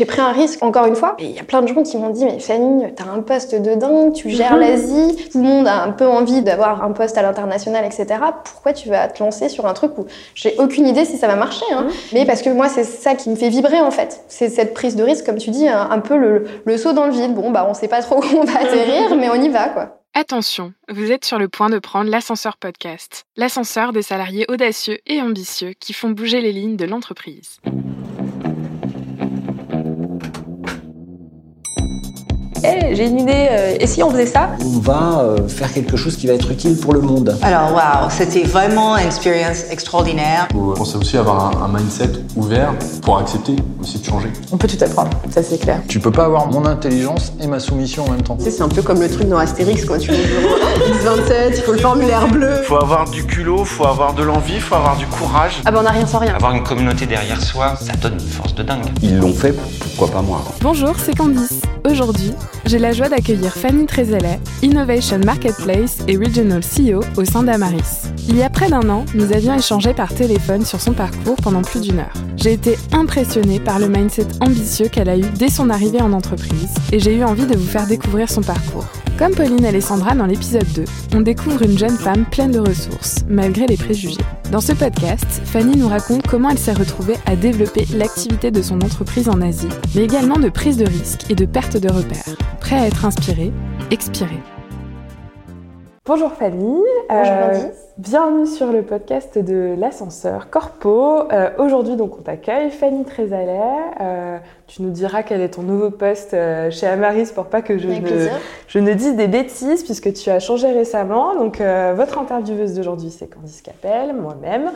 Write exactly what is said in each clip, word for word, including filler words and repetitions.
J'ai pris un risque, encore une fois, et il y a plein de gens qui m'ont dit « Mais Fanny, t'as un poste de dingue, tu gères l'Asie, tout le monde a un peu envie d'avoir un poste à l'international, et cetera. Pourquoi tu vas te lancer sur un truc où j'ai aucune idée si ça va marcher hein. ?» Mais parce que moi, c'est ça qui me fait vibrer, en fait. C'est cette prise de risque, comme tu dis, un, un peu le, le saut dans le vide. Bon, bah, on sait pas trop où on va atterrir, mais on y va, quoi. Attention, vous êtes sur le point de prendre l'Ascenseur Podcast, l'ascenseur des salariés audacieux et ambitieux qui font bouger les lignes de l'entreprise. Hey, j'ai une idée, euh, et si on faisait ça ? On va euh, faire quelque chose qui va être utile pour le monde. Alors, waouh, c'était vraiment une expérience extraordinaire. Il faut penser aussi à avoir un, un mindset ouvert pour accepter aussi de changer. On peut tout apprendre, ça c'est clair. Tu peux pas avoir mon intelligence et ma soumission en même temps. Tu sais, c'est un peu comme le truc dans Astérix, quand tu es X vingt-sept, il faut le formulaire bleu. Faut avoir du culot, faut avoir de l'envie, faut avoir du courage. Ah bah on n'a rien sans rien. Avoir une communauté derrière soi, ça donne une force de dingue. Ils l'ont fait, pourquoi pas moi ? Bonjour, c'est Candice. Aujourd'hui, j'ai la joie d'accueillir Fanny Trézalet, Innovation Marketplace et Regional C E O au sein d'Amaris. Il y a près d'un an, nous avions échangé par téléphone sur son parcours pendant plus d'une heure. J'ai été impressionnée par le mindset ambitieux qu'elle a eu dès son arrivée en entreprise et j'ai eu envie de vous faire découvrir son parcours. Comme Pauline et Alessandra dans l'épisode deux, on découvre une jeune femme pleine de ressources, malgré les préjugés. Dans ce podcast, Fanny nous raconte comment elle s'est retrouvée à développer l'activité de son entreprise en Asie, mais également de prise de risque et de perte de repères. Prêt à être inspiré, expiré. Bonjour Fanny, Bonjour euh, Candice. Bienvenue sur le podcast de l'Ascenseur Corpo. Euh, aujourd'hui donc on t'accueille, Fanny Trézalet. Euh, tu nous diras quel est ton nouveau poste euh, chez Amaris pour pas que je ne, je ne dise des bêtises puisque tu as changé récemment. Donc euh, votre intervieweuse d'aujourd'hui c'est Candice Capel, moi-même.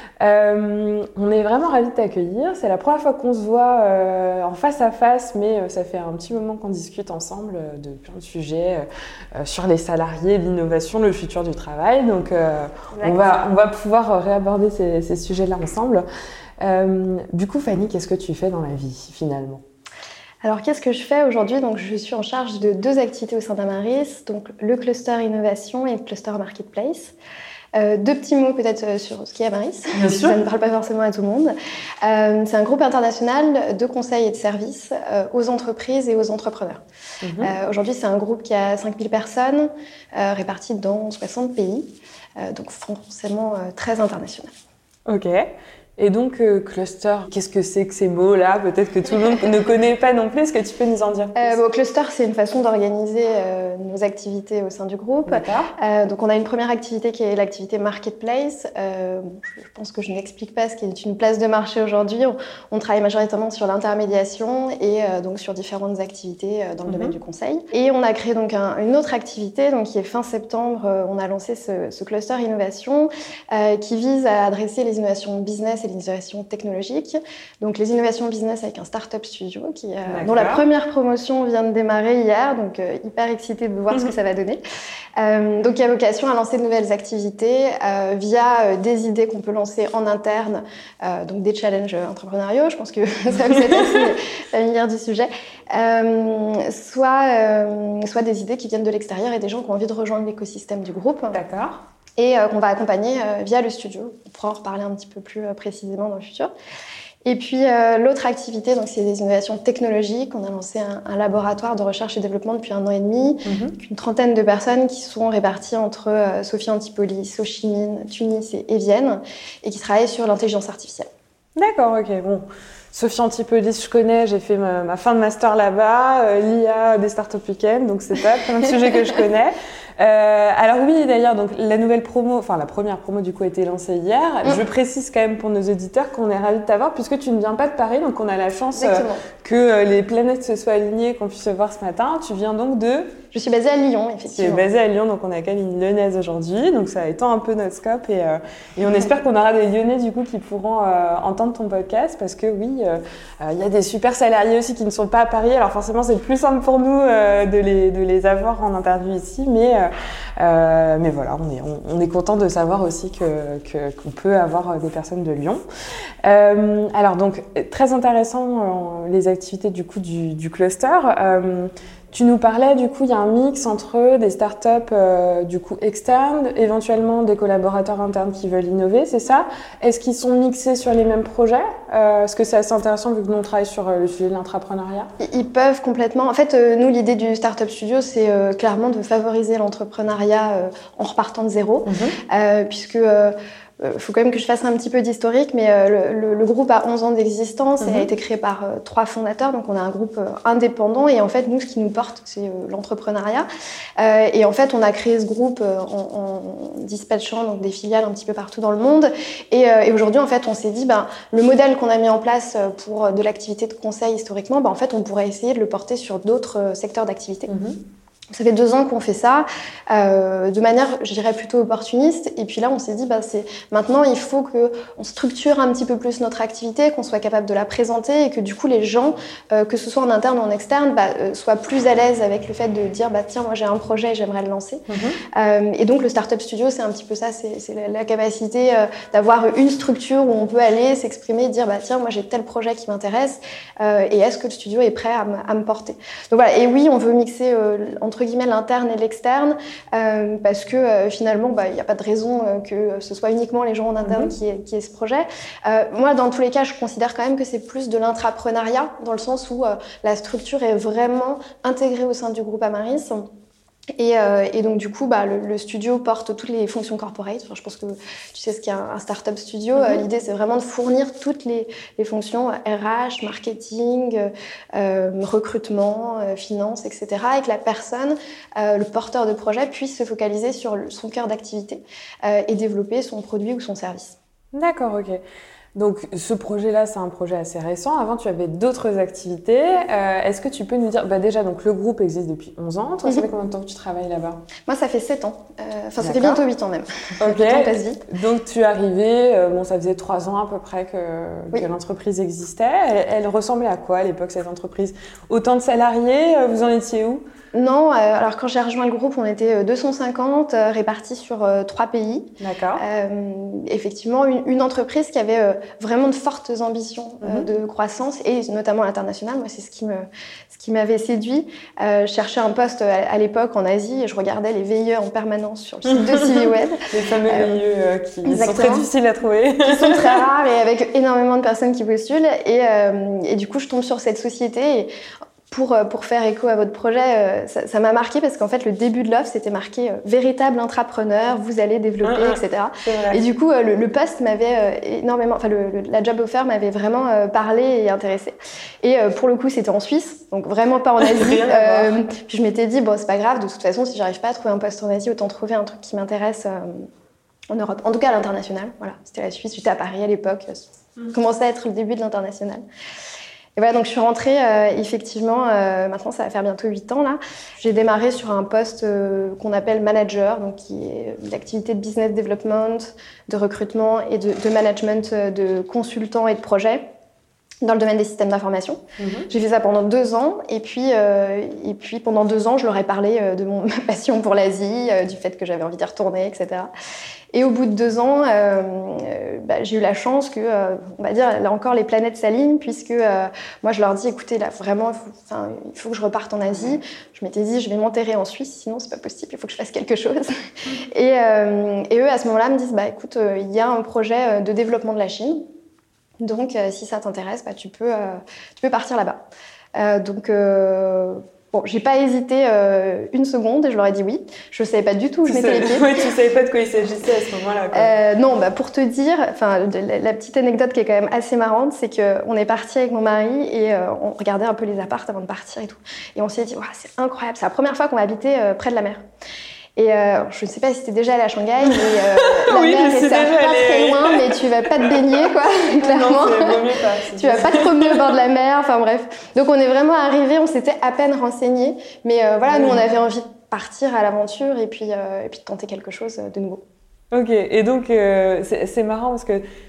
Euh, on est vraiment ravis de t'accueillir. C'est la première fois qu'on se voit euh, en face à face, mais euh, ça fait un petit moment qu'on discute ensemble euh, de plein de sujets euh, sur les salariés, l'innovation, le futur du travail. Donc, euh, on va, on va pouvoir réaborder ces, ces sujets-là ensemble. Euh, du coup, Fanny, qu'est-ce que tu fais dans la vie finalement ? Alors, qu'est-ce que je fais aujourd'hui ? Donc, je suis en charge de deux activités au sein d'Amaris, donc le cluster innovation et le cluster marketplace. Euh, deux petits mots peut-être sur ce qu'est Amaris, Bien sûr. Ça ne parle pas forcément à tout le monde. Euh, c'est un groupe international de conseils et de services euh, aux entreprises et aux entrepreneurs. Mm-hmm. Euh, aujourd'hui, c'est un groupe qui a cinq mille personnes euh, réparties dans soixante pays, euh, donc forcément euh, très international. Ok. Et donc, euh, cluster, qu'est-ce que c'est que ces mots-là ? Peut-être que tout le monde ne connaît pas non plus. Est-ce que tu peux nous en dire plus ? euh, bon, Cluster, c'est une façon d'organiser euh, nos activités au sein du groupe. D'accord. Euh, donc, on a une première activité qui est l'activité Marketplace. Euh, bon, je, je pense que je n'explique pas ce qui est une place de marché aujourd'hui. On, on travaille majoritairement sur l'intermédiation et euh, donc sur différentes activités euh, dans le mm-hmm. domaine du conseil. Et on a créé donc un, une autre activité, donc qui est fin septembre. Euh, on a lancé ce, ce cluster innovation euh, qui vise à adresser les innovations business et les innovations technologiques. Donc les innovations business avec un startup studio qui, euh, dont la première promotion vient de démarrer hier, donc euh, hyper excitée de voir mmh. ce que ça va donner. Euh, donc il y a vocation à lancer de nouvelles activités euh, via euh, des idées qu'on peut lancer en interne, euh, donc des challenges entrepreneuriaux, je pense que ça vous êtes assez familière du sujet, euh, soit, euh, soit des idées qui viennent de l'extérieur et des gens qui ont envie de rejoindre l'écosystème du groupe. D'accord. Et euh, qu'on va accompagner euh, via le studio. On pourra en reparler un petit peu plus euh, précisément dans le futur. Et puis euh, l'autre activité, donc c'est des innovations technologiques. On a lancé un, un laboratoire de recherche et développement depuis un an et demi, mm-hmm. avec une trentaine de personnes qui sont réparties entre euh, Sophie Antipolis, Ho Chi Minh, Tunis et, et Vienne, et qui travaillent sur l'intelligence artificielle. D'accord, ok, bon. Sophie Antipolis, je connais, j'ai fait ma, ma fin de master là-bas, euh, l'I A des Startup Weekend, donc c'est top, plein de sujets que je connais. Euh, alors oui, d'ailleurs, donc la nouvelle promo, enfin la première promo du coup a été lancée hier. Mm. Je précise quand même pour nos auditeurs qu'on est ravis de t'avoir puisque tu ne viens pas de Paris, donc on a la chance euh, que euh, les planètes se soient alignées, qu'on puisse se voir ce matin. Tu viens donc de... Je suis basée à Lyon, effectivement. Tu es basée à Lyon, donc on accueille une Lyonnaise aujourd'hui, donc ça étend un peu notre scope et, euh, et on espère qu'on aura des Lyonnais du coup qui pourront euh, entendre ton podcast parce que oui, il euh, euh, y a des super salariés aussi qui ne sont pas à Paris, alors forcément c'est plus simple pour nous euh, de, les, de les avoir en interview ici, mais euh, Euh, mais voilà, on est, on, on est content de savoir aussi que, que, qu'on peut avoir des personnes de Lyon. Euh, alors donc, très intéressant euh, les activités du coup du, du cluster. Euh, Tu nous parlais, du coup, il y a un mix entre des startups euh, du coup externes, éventuellement des collaborateurs internes qui veulent innover, c'est ça? Est-ce qu'ils sont mixés sur les mêmes projets? euh, Est-ce que c'est assez intéressant vu que nous on travaille sur euh, le sujet de l'intrapreneuriat? Ils peuvent complètement. En fait, euh, nous, l'idée du Startup Studio, c'est euh, clairement de favoriser l'entrepreneuriat euh, en repartant de zéro, mmh. euh, puisque euh, Il faut quand même que je fasse un petit peu d'historique, mais euh, le, le groupe a onze ans d'existence et mmh. a été créé par euh, trois fondateurs, donc on a un groupe euh, indépendant et en fait nous ce qui nous porte c'est euh, l'entrepreneuriat euh, et en fait on a créé ce groupe euh, en, en dispatchant donc, des filiales un petit peu partout dans le monde et, euh, et aujourd'hui en fait on s'est dit ben, le modèle qu'on a mis en place pour de l'activité de conseil historiquement, ben, en fait on pourrait essayer de le porter sur d'autres euh, secteurs d'activité. Mmh. Ça fait deux ans qu'on fait ça, euh, de manière, je dirais, plutôt opportuniste. Et puis là, on s'est dit, bah, c'est maintenant, il faut qu'on structure un petit peu plus notre activité, qu'on soit capable de la présenter et que du coup, les gens, euh, que ce soit en interne ou en externe, bah, euh, soient plus à l'aise avec le fait de dire, bah, tiens, moi j'ai un projet, j'aimerais le lancer. Mm-hmm. Euh, et donc, le Startup Studio, c'est un petit peu ça, c'est, c'est la, la capacité euh, d'avoir une structure où on peut aller s'exprimer et dire, bah, tiens, moi j'ai tel projet qui m'intéresse euh, et est-ce que le studio est prêt à, m- à me porter. Donc voilà, et oui, on veut mixer euh, entre guillemets l'interne et l'externe euh, parce que euh, finalement bah, il n'y a pas de raison euh, que ce soit uniquement les gens en interne mmh. qui, aient, qui aient ce projet. Euh, moi dans tous les cas je considère quand même que c'est plus de l'intrapreneuriat dans le sens où euh, la structure est vraiment intégrée au sein du groupe Amaris. Et, euh, et donc du coup, bah, le, le studio porte toutes les fonctions corporate. Enfin, je pense que tu sais ce qu'est un, un startup studio. Mm-hmm. Euh, l'idée, c'est vraiment de fournir toutes les, les fonctions R H, marketing, euh, recrutement, euh, finance, et cetera. Et que la personne, euh, le porteur de projet, puisse se focaliser sur le, son cœur d'activité euh, et développer son produit ou son service. D'accord, ok. Donc, ce projet-là, c'est un projet assez récent. Avant, tu avais d'autres activités. Euh, est-ce que tu peux nous dire... Bah déjà, donc, le groupe existe depuis onze ans. Toi, mm-hmm. ça fait combien de temps que tu travailles là-bas? Moi, ça fait sept ans. Euh, enfin, ça fait bientôt huit ans même. Ok. Le temps passe vite. Donc, tu es arrivée... Euh, bon, ça faisait trois ans à peu près que, oui. que l'entreprise existait. Elle, elle ressemblait à quoi à l'époque, cette entreprise? Autant de salariés? Vous en étiez où? Non, euh, alors quand j'ai rejoint le groupe, on était deux cent cinquante euh, répartis sur euh, trois pays. D'accord. Euh, effectivement, une, une entreprise qui avait euh, vraiment de fortes ambitions euh, mm-hmm. de croissance et notamment à l'international. Moi, c'est ce qui me, ce qui m'avait séduit. Euh, je cherchais un poste à, à l'époque en Asie et je regardais les V I E en permanence sur le site de CiviWeb. Les fameux euh, V I E euh, qui exactement. sont très difficiles à trouver. Qui sont très rares et avec énormément de personnes qui postulent. Et, euh, et du coup, je tombe sur cette société et Pour, pour faire écho à votre projet, ça, ça m'a marqué parce qu'en fait, le début de l'offre, c'était marqué euh, « véritable intrapreneur, vous allez développer, ah, et cetera » Et du coup, euh, le, le poste m'avait euh, énormément... Enfin, le, le, la job offer m'avait vraiment euh, parlé et intéressée. Et euh, pour le coup, c'était en Suisse, donc vraiment pas en Asie. euh, puis je m'étais dit, bon, c'est pas grave, de toute façon, si j'arrive pas à trouver un poste en Asie, autant trouver un truc qui m'intéresse euh, en Europe. En tout cas, à l'international. Voilà, c'était la Suisse. J'étais à Paris à l'époque. Ça mm. commençait à être le début de l'international. Et voilà, donc je suis rentrée, euh, effectivement, euh, maintenant ça va faire bientôt huit ans là. J'ai démarré sur un poste euh, qu'on appelle manager, donc qui est l'activité de business development, de recrutement et de, de management de consultants et de projets dans le domaine des systèmes d'information. Mmh. J'ai fait ça pendant deux ans et puis, euh, et puis pendant deux ans, je leur ai parlé euh, de mon, ma passion pour l'Asie, euh, du fait que j'avais envie d'y retourner, et cetera. Et au bout de deux ans, euh, euh, bah, j'ai eu la chance que, euh, on va dire, là encore, les planètes s'alignent puisque euh, moi, je leur dis, écoutez, là, vraiment, il faut, il faut que je reparte en Asie. Je m'étais dit, je vais m'enterrer en Suisse, sinon, c'est pas possible, il faut que je fasse quelque chose. et, euh, et eux, à ce moment-là, me disent, bah, écoute, il euh, y a un projet de développement de la Chine. Donc, euh, si ça t'intéresse, bah, tu, peux, euh, tu peux partir là-bas. Euh, donc, euh, bon, j'ai pas hésité euh, une seconde et je leur ai dit oui. Je savais pas du tout où je mettais les pieds. Oui, tu savais pas de quoi il s'agissait à ce moment-là. Quoi. Euh, non, bah, pour te dire, enfin, la, la petite anecdote qui est quand même assez marrante, c'est qu'on est parti avec mon mari et euh, on regardait un peu les apparts avant de partir et tout. Et on s'est dit, wow, c'est incroyable, c'est la première fois qu'on va habiter euh, près de la mer. Et euh, je ne sais pas si tu es déjà allée à Shanghai, mais euh, la oui, mer est pas allée... très loin, mais tu vas pas te baigner, quoi, clairement. Non, mieux pas, tu vas pas te promener au bord de la mer, enfin bref. Donc on est vraiment arrivés, on s'était à peine renseignés, mais euh, voilà, oui. nous on avait envie de partir à l'aventure et puis, euh, et puis de tenter quelque chose de nouveau. Ok, et donc euh, c'est, c'est marrant parce que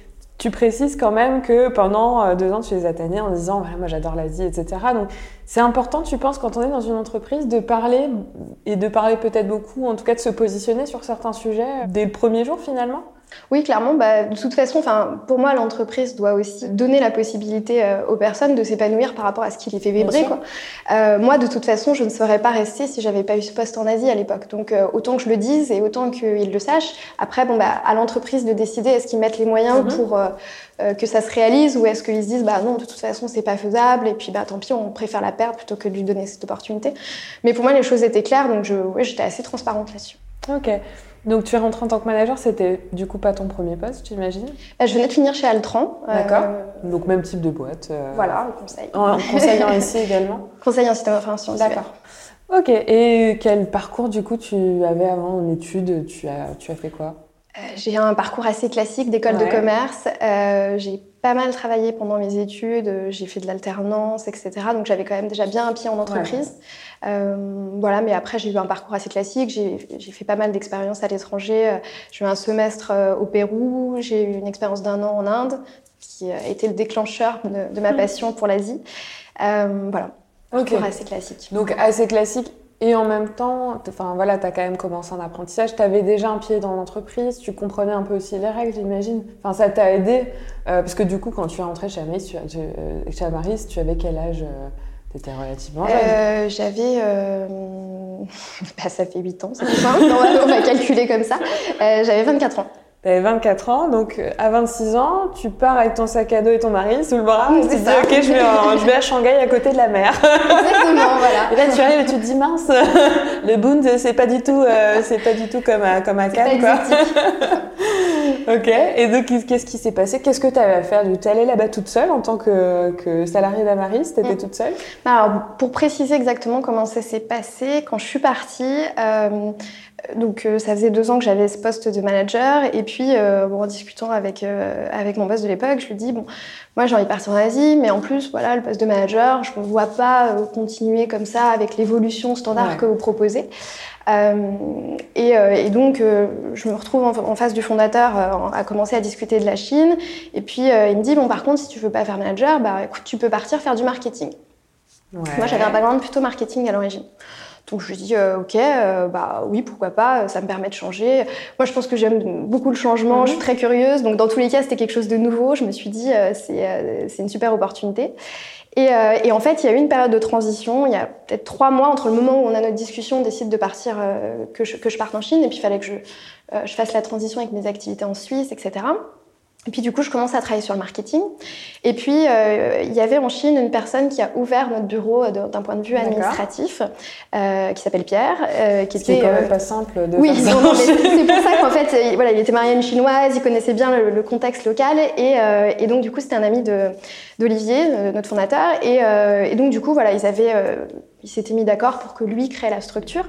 Tu précises quand même que pendant deux ans, tu les as tannés en disant voilà, moi j'adore l'Asie, et cetera. Donc c'est important, tu penses, quand on est dans une entreprise, de parler et de parler peut-être beaucoup, en tout cas de se positionner sur certains sujets dès le premier jour finalement? Oui, clairement. Bah, de toute façon, pour moi, l'entreprise doit aussi donner la possibilité euh, aux personnes de s'épanouir par rapport à ce qui les fait vibrer. Quoi. Euh, moi, de toute façon, je ne serais pas restée si j'avais pas eu ce poste en Asie à l'époque. Donc, euh, autant que je le dise et autant qu'ils le sachent. Après, bon, bah, à l'entreprise de décider est-ce qu'ils mettent les moyens mm-hmm. pour euh, euh, que ça se réalise ou est-ce qu'ils se disent bah non, de toute façon, c'est pas faisable et puis bah tant pis, on préfère la perdre plutôt que de lui donner cette opportunité. Mais pour moi, les choses étaient claires, donc je, ouais, j'étais assez transparente là-dessus. Ok. Donc tu es rentrée en tant que manager, c'était du coup pas ton premier poste, j'imagine? Bah, je venais de finir chez Altran. D'accord. Euh... Donc même type de boîte. Euh... Voilà, au conseil. En conseil en S I également? Conseil en système d'information. D'accord. Ok. Et quel parcours du coup tu avais avant en études? Tu as, tu as fait quoi? euh, J'ai un parcours assez classique d'école ouais. de commerce. Euh, j'ai pas mal travaillé pendant mes études, j'ai fait de l'alternance, et cetera. Donc j'avais quand même déjà bien un pied en entreprise. Ouais. Euh, voilà, mais après j'ai eu un parcours assez classique. J'ai, j'ai fait pas mal d'expériences à l'étranger. J'ai eu un semestre au Pérou, j'ai eu une expérience d'un an en Inde, qui a été le déclencheur de, de ma passion pour l'Asie. Euh, voilà, parcours okay. assez classique. Donc assez classique. Et en même temps, enfin voilà, tu as quand même commencé un apprentissage, tu avais déjà un pied dans l'entreprise, tu comprenais un peu aussi les règles, j'imagine. Enfin, ça t'a aidé, euh, parce que du coup, quand tu es rentrée chez Amaris, tu, tu, euh, chez Amaris, tu avais quel âge? euh, Tu étais relativement jeune. Euh, j'avais... Euh... bah, ça fait huit ans, c'est simple, on va calculer comme ça. Euh, j'avais vingt-quatre ans. T'avais vingt-quatre ans, donc à vingt-six ans, tu pars avec ton sac à dos et ton mari sous le bras et tu te dis « Ok, je vais, en, je vais à Shanghai à côté de la mer. » Exactement, voilà. Et là, tu arrives et tu te dis « Mince, le Bund, c'est pas du tout, euh, c'est pas du tout comme à, comme à Cannes, quoi. » Ok, et donc qu'est-ce qui s'est passé? Qu'est-ce que tu avais à faire? Tu es allée là-bas toute seule en tant que, que salariée d'Amaris? Tu étais mmh. toute seule? Alors, pour préciser exactement comment ça s'est passé, quand je suis partie... Euh, Donc euh, ça faisait deux ans que j'avais ce poste de manager et puis euh, bon, en discutant avec, euh, avec mon boss de l'époque, je lui dis bon, moi j'ai envie de partir en Asie, mais en plus voilà, le poste de manager, je ne me vois pas euh, continuer comme ça avec l'évolution standard ouais. que vous proposez. Euh, et, euh, et donc euh, je me retrouve en, en face du fondateur euh, à commencer à discuter de la Chine et puis euh, il me dit bon par contre si tu veux pas faire manager, bah écoute tu peux partir faire du marketing. Ouais. Moi j'avais un background plutôt marketing à l'origine. Donc je lui dis euh, ok, euh, bah oui pourquoi pas, ça me permet de changer. Moi je pense que j'aime beaucoup le changement, mm-hmm. je suis très curieuse, donc dans tous les cas c'était quelque chose de nouveau. Je me suis dit euh, c'est euh, c'est une super opportunité. Et, euh, et en fait il y a eu une période de transition, il y a peut-être trois mois entre le moment où on a notre discussion, on décide de partir, euh, que je que je parte en Chine, et puis il fallait que je euh, je fasse la transition avec mes activités en Suisse, et cetera. Et puis du coup, je commence à travailler sur le marketing. Et puis, euh, il y avait en Chine une personne qui a ouvert notre bureau d'un point de vue administratif, euh, qui s'appelle Pierre. Euh, qui Ce était, qui est quand même euh... pas simple de oui, faire ça. Oui, c'est pour ça qu'en fait, il, voilà, il était marié à une Chinoise, il connaissait bien le, le contexte local. Et, euh, et donc, du coup, c'était un ami de, d'Olivier, euh, notre fondateur. Et, euh, et donc, du coup, voilà, ils, avaient, euh, ils s'étaient mis d'accord pour que lui crée la structure.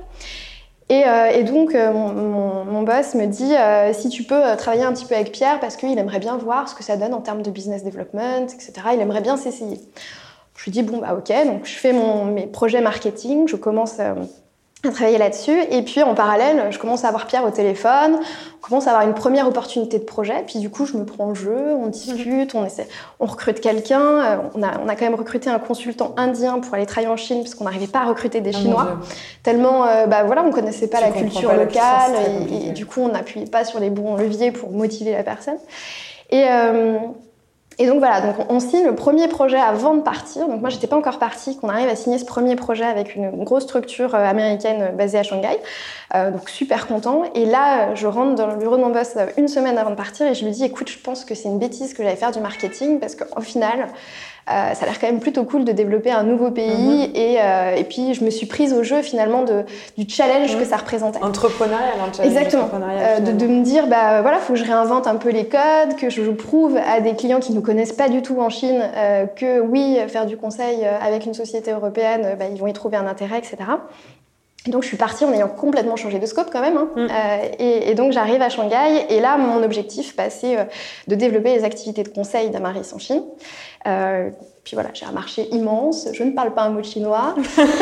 Et, euh, et donc, euh, mon, mon, mon boss me dit euh, si tu peux euh, travailler un petit peu avec Pierre parce qu'il aimerait bien voir ce que ça donne en termes de business development, et cetera. Il aimerait bien s'essayer. Je lui dis bon, bah ok, donc je fais mon, mes projets marketing, je commence euh, à travailler là-dessus. Et puis, en parallèle, je commence à avoir Pierre au téléphone, on commence à avoir une première opportunité de projet. Puis, du coup, je me prends au jeu, on discute, on, essaie, on recrute quelqu'un. On a, on a quand même recruté un consultant indien pour aller travailler en Chine, parce qu'on n'arrivait pas à recruter des Chinois. Oh tellement, euh, bah voilà, on ne connaissait pas tu la culture pas locale. La culture, et, et du coup, on n'appuyait pas sur les bons leviers pour motiver la personne. Et... Euh, Et donc voilà, donc on signe le premier projet avant de partir. Donc moi, j'étais pas encore partie, qu'on arrive à signer ce premier projet avec une grosse structure américaine basée à Shanghai. Euh, donc super content. Et là, je rentre dans le bureau de mon boss une semaine avant de partir et je lui dis, écoute, je pense que c'est une bêtise que j'allais faire du marketing parce qu'au final, euh, ça a l'air quand même plutôt cool de développer un nouveau pays. Mm-hmm. et, euh, et puis, je me suis prise au jeu finalement de, du challenge mm-hmm. que ça représentait. Entrepreneurial, un challenge. Exactement. Euh, de, de me dire, bah voilà, faut que je réinvente un peu les codes, que je prouve à des clients qui ne nous connaissent pas du tout en Chine euh, que oui, faire du conseil avec une société européenne, bah, ils vont y trouver un intérêt, et cetera. Et donc, je suis partie en ayant complètement changé de scope quand même. Hein. Mm. Euh, et, et donc, j'arrive à Shanghai. Et là, mon objectif, bah, c'est euh, de développer les activités de conseil d'Amaris en Chine. Euh, puis voilà, j'ai un marché immense. Je ne parle pas un mot de chinois.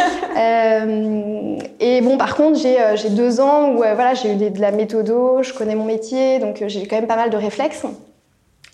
euh, et bon, par contre, j'ai, euh, j'ai deux ans où euh, voilà, j'ai eu de la méthodo, je connais mon métier, donc euh, j'ai quand même pas mal de réflexes.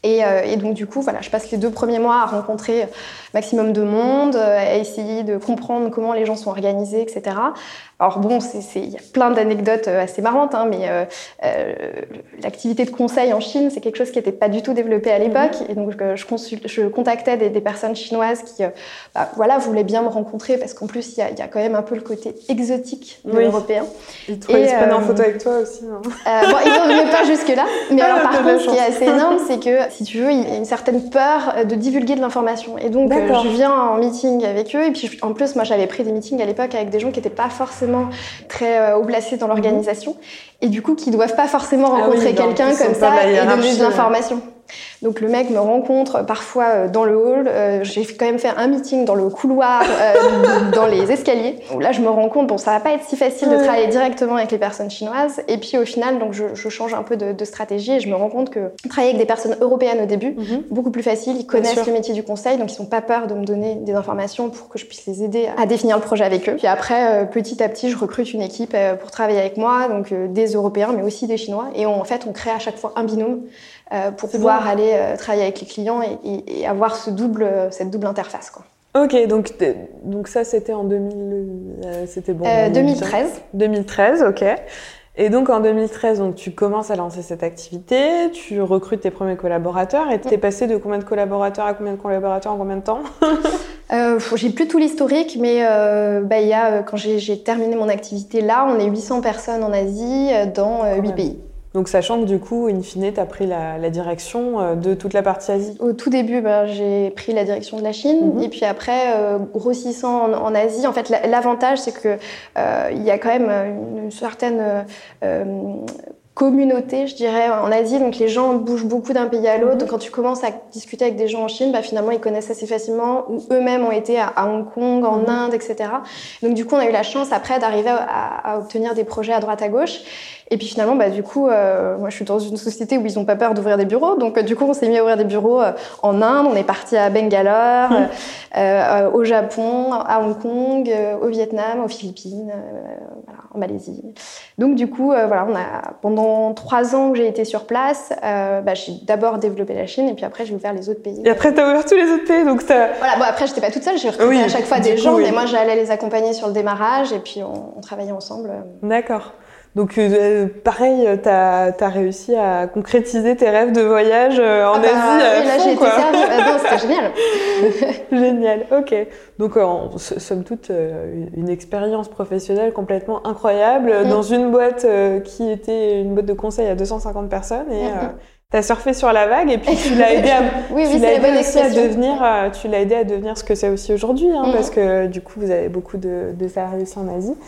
Et, euh, et donc, du coup, voilà, je passe les deux premiers mois à rencontrer maximum de monde, euh, à essayer de comprendre comment les gens sont organisés, et cetera. Alors bon, il y a plein d'anecdotes assez marrantes, hein, mais euh, euh, l'activité de conseil en Chine, c'est quelque chose qui n'était pas du tout développé à l'époque. Mmh. Et donc, je, consulte, je contactais des, des personnes chinoises qui euh, bah, voilà, voulaient bien me rencontrer, parce qu'en plus, il y, y a quand même un peu le côté exotique de oui. l'Européen. Ils te euh, prennent en photo avec toi aussi, non euh, Bon, ils ne vont pas jusque-là. Mais ah, alors, par contre, ce qui est assez énorme, c'est que, si tu veux, il y a une certaine peur de divulguer de l'information. Et donc, euh, je viens en meeting avec eux. Et puis, en plus, moi, j'avais pris des meetings à l'époque avec des gens qui n'étaient pas forcément très euh, haut placés dans l'organisation mmh. et du coup qui doivent pas forcément rencontrer ah oui, quelqu'un comme ça et donner de l'information. Donc le mec me rencontre parfois dans le hall, euh, j'ai quand même fait un meeting dans le couloir, euh, dans les escaliers, où là je me rends compte, bon ça va pas être si facile de travailler directement avec les personnes chinoises, et puis au final donc je, je change un peu de, de stratégie et je me rends compte que travailler avec des personnes européennes au début, mm-hmm. beaucoup plus facile, ils connaissent le métier du conseil, donc ils n'ont pas peur de me donner des informations pour que je puisse les aider à définir le projet avec eux. Puis après, euh, petit à petit, je recrute une équipe euh, pour travailler avec moi, donc euh, des Européens mais aussi des Chinois, et on, en fait on crée à chaque fois un binôme Euh, pour c'est pouvoir bon. aller euh, travailler avec les clients et, et, et avoir ce double, euh, cette double interface, quoi. Ok, donc, donc ça c'était en deux mille, euh, c'était bon, euh, deux mille treize. deux mille treize, ok. Et donc en deux mille treize, donc, tu commences à lancer cette activité, tu recrutes tes premiers collaborateurs et tu es passé de combien de collaborateurs à combien de collaborateurs en combien de temps? euh, J'ai plus tout l'historique, mais euh, bah, y a, quand j'ai, j'ai terminé mon activité là, on est huit cents personnes en Asie dans euh, huit pays. Donc, sachant que du coup, in fine, tu as pris la, la direction de toute la partie Asie. Au tout début, ben, j'ai pris la direction de la Chine. Mm-hmm. Et puis après, euh, grossissant en, en Asie, en fait, la, l'avantage, c'est qu'il euh, y a quand même une, une certaine euh, communauté, je dirais, en Asie. Donc, les gens bougent beaucoup d'un pays à l'autre. Mm-hmm. Donc, quand tu commences à discuter avec des gens en Chine, bah, finalement, ils connaissent assez facilement, ou eux-mêmes ont été à, à Hong Kong, en mm-hmm. Inde, et cetera. Donc, du coup, on a eu la chance après d'arriver à, à obtenir des projets à droite à gauche. Et puis finalement, bah, du coup, euh, moi je suis dans une société où ils n'ont pas peur d'ouvrir des bureaux. Donc euh, du coup, on s'est mis à ouvrir des bureaux euh, en Inde, on est parti à Bangalore, mmh. euh, euh, au Japon, à Hong Kong, euh, au Vietnam, aux Philippines, euh, voilà, en Malaisie. Donc du coup, euh, voilà, on a, pendant trois ans que j'ai été sur place, euh, bah, j'ai d'abord développé la Chine et puis après j'ai ouvert les autres pays. Et après, tu as ouvert tous les autres pays, donc ça... Voilà, bon après, j'étais pas toute seule, j'ai recruté oui, à chaque fois des coup, gens, oui. mais moi j'allais les accompagner sur le démarrage et puis on, on travaillait ensemble. D'accord. Donc, euh, pareil, t'as, t'as réussi à concrétiser tes rêves de voyage euh, en ah bah, Asie à oui, là, fond, j'ai quoi. été servie. Ah non, c'était génial. Génial, ok. Donc, euh, somme toute, euh, une expérience professionnelle complètement incroyable mmh. dans une boîte euh, qui était une boîte de conseil à deux cent cinquante personnes et... Mmh. Euh, T'as surfé sur la vague et puis tu l'as aidé à, oui, tu oui, l'as c'est aidé la bonne aussi à expression. devenir, euh, tu l'as aidé à devenir ce que c'est aussi aujourd'hui, hein, mmh. parce que du coup vous avez beaucoup de, de salariés aussi en Asie.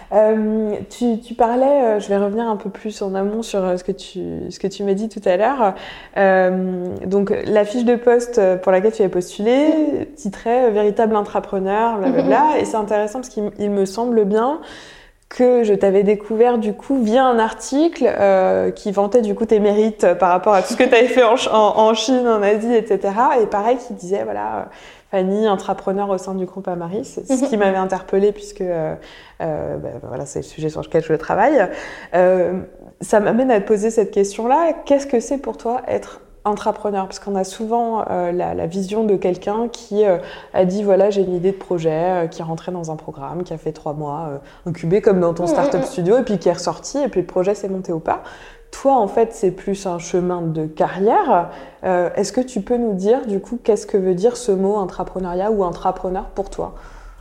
Euh, tu, tu parlais, euh, je vais revenir un peu plus en amont sur euh, ce que tu, ce que tu m'as dit tout à l'heure. Euh, donc la fiche de poste pour laquelle tu avais postulé mmh. titrait véritable intrapreneur, blablabla, mmh. et c'est intéressant parce qu'il il me semble bien que je t'avais découvert du coup via un article euh, qui vantait du coup tes mérites par rapport à tout ce que tu avais fait en, en, en Chine, en Asie, et cetera. Et pareil, qui disait voilà, Fanny, intrapreneur au sein du groupe Amaris, c'est ce qui m'avait interpellée puisque euh, euh, bah, voilà, c'est le sujet sur lequel je travaille. Euh, ça m'amène à te poser cette question-là. Qu'est-ce que c'est pour toi être intrapreneur, parce qu'on a souvent euh, la, la vision de quelqu'un qui euh, a dit voilà j'ai une idée de projet, euh, qui est rentré dans un programme, qui a fait trois mois euh, incubé comme dans ton startup studio et puis qui est ressorti et puis le projet s'est monté au pas. Toi en fait c'est plus un chemin de carrière. Euh, est-ce que tu peux nous dire du coup qu'est-ce que veut dire ce mot intrapreneuriat ou intrapreneur pour toi?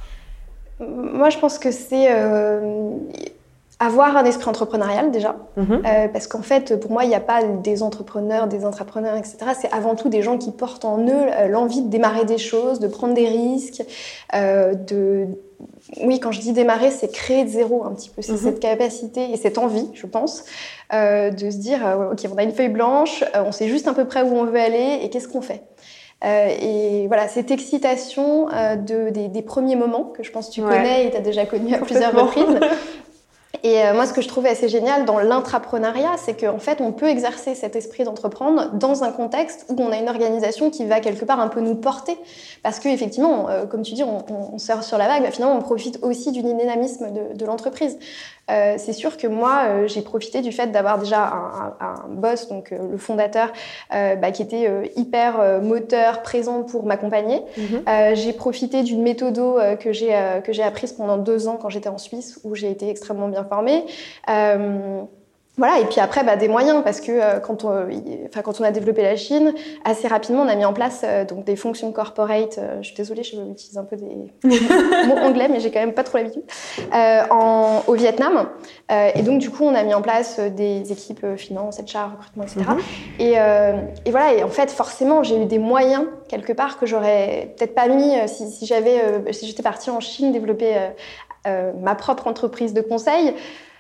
Moi je pense que c'est euh... avoir un esprit entrepreneurial déjà, mmh. euh, parce qu'en fait, pour moi, il n'y a pas des entrepreneurs, des intrapreneurs, et cetera. C'est avant tout des gens qui portent en eux euh, l'envie de démarrer des choses, de prendre des risques, euh, de... Oui, quand je dis démarrer, c'est créer de zéro un petit peu. C'est mmh. cette capacité et cette envie, je pense, euh, de se dire, euh, OK, on a une feuille blanche, euh, on sait juste à peu près où on veut aller et qu'est-ce qu'on fait. Euh, et voilà, cette excitation euh, de, des, des premiers moments que je pense que tu ouais. connais et tu as déjà connu à plusieurs reprises. Et euh, moi, ce que je trouvais assez génial dans l'intrapreneuriat, c'est qu'en fait, on peut exercer cet esprit d'entreprendre dans un contexte où on a une organisation qui va quelque part un peu nous porter. Parce qu'effectivement, euh, comme tu dis, on, on, on sert sur la vague, mais finalement, on profite aussi du dynamisme de, de l'entreprise. Euh, c'est sûr que moi, euh, j'ai profité du fait d'avoir déjà un, un, un boss, donc euh, le fondateur, euh, bah, qui était euh, hyper euh, moteur, présent pour m'accompagner. Mm-hmm. Euh, j'ai profité d'une méthode euh, que j'ai euh, que j'ai apprise pendant deux ans quand j'étais en Suisse, où j'ai été extrêmement bien formée. Euh, Voilà, et puis après, bah, des moyens, parce que euh, quand, on, y, quand on a développé la Chine, assez rapidement, on a mis en place euh, donc des fonctions corporate. Euh, je suis désolée, je utilise un peu des mots anglais, mais j'ai quand même pas trop l'habitude, euh, en, au Vietnam. Euh, et donc, du coup, on a mis en place des équipes euh, finance, H R, recrutement, et cetera. Mm-hmm. Et, euh, et voilà, et en fait, forcément, j'ai eu des moyens, quelque part, que j'aurais peut-être pas mis euh, si, si, j'avais, euh, si j'étais partie en Chine développer euh, euh, ma propre entreprise de conseil.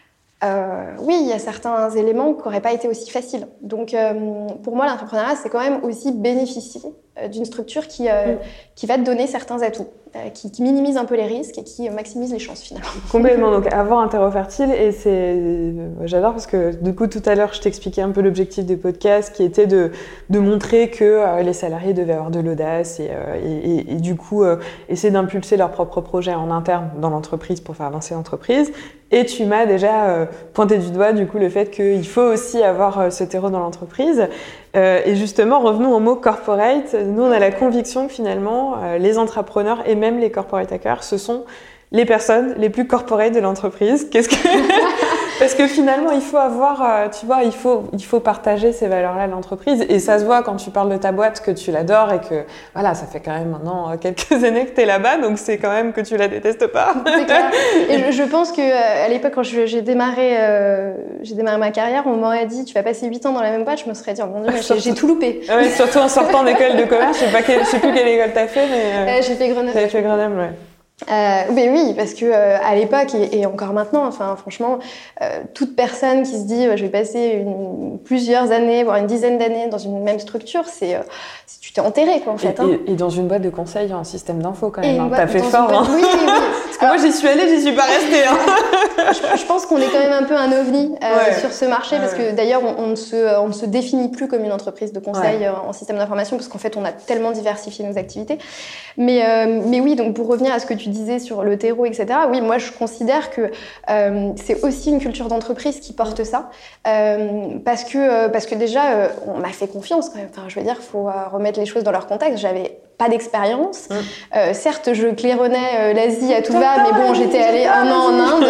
Euh, oui, il y a certains éléments qui n'auraient pas été aussi faciles. Donc, euh, pour moi, l'entrepreneuriat, c'est quand même aussi bénéficier euh, d'une structure qui, euh, mm. qui va te donner certains atouts, euh, qui, qui minimise un peu les risques et qui euh, maximise les chances, finalement. Complètement. Donc, avoir un terreau fertile, et c'est... J'adore parce que, du coup, tout à l'heure, je t'expliquais un peu l'objectif des podcasts, qui était de, de montrer que euh, les salariés devaient avoir de l'audace et, euh, et, et, et, du coup, euh, essayer d'impulser leurs propres projets en interne dans l'entreprise pour faire avancer l'entreprise. Et tu m'as déjà euh, pointé du doigt, du coup, le fait qu'il faut aussi avoir euh, ce terreau dans l'entreprise. Euh, et justement, revenons au mot corporate. Nous, on a la conviction que finalement, euh, les entrepreneurs et même les corporate hackers, ce sont les personnes les plus corporate de l'entreprise. Qu'est-ce que... Parce que finalement, il faut avoir, euh, tu vois, il faut, il faut partager ces valeurs-là à l'entreprise. Et ça se voit quand tu parles de ta boîte que tu l'adores et que, voilà, ça fait quand même maintenant quelques années que tu es là-bas, donc c'est quand même que tu la détestes pas. C'est clair. Et je, je pense qu'à l'époque, quand je, j'ai, démarré, euh, j'ai démarré ma carrière, on m'aurait dit, tu vas passer huit ans dans la même boîte, je me serais dit, oh mon Dieu, j'ai, j'ai tout loupé. Ouais, surtout en sortant d'école de commerce, je sais pas quelle, je sais plus quelle école t'as fait, mais... Euh, j'ai fait Grenoble. T'avais fait Grenoble, ouais. Euh, mais oui, parce que euh, à l'époque et, et encore maintenant, enfin franchement, euh, toute personne qui se dit euh, je vais passer une, plusieurs années, voire une dizaine d'années dans une même structure, c'est, euh, c'est tu t'es enterré quoi en fait. Et, hein. et, et dans une boîte de conseil en système d'info quand même. Hein. T'as fait fort. Boîte, hein. Oui, oui, oui. Parce que Alors, moi j'y suis allée, j'y suis pas restée. Hein. je, je pense qu'on est quand même un peu un ovni euh, ouais. sur ce marché parce que d'ailleurs on, on, ne se, on ne se définit plus comme une entreprise de conseil ouais. en système d'information parce qu'en fait on a tellement diversifié nos activités. Mais, euh, mais oui, donc pour revenir à ce que tu disais sur le terreau, et cetera. Oui, moi je considère que euh, c'est aussi une culture d'entreprise qui porte ça, euh, parce que euh, parce que déjà euh, on m'a fait confiance quand même. Enfin, je veux dire, faut euh, remettre les choses dans leur contexte. J'avais pas d'expérience. Mmh. Euh, certes, je claironnais euh, l'Asie à tout va, mais bon, j'étais allée un an en Inde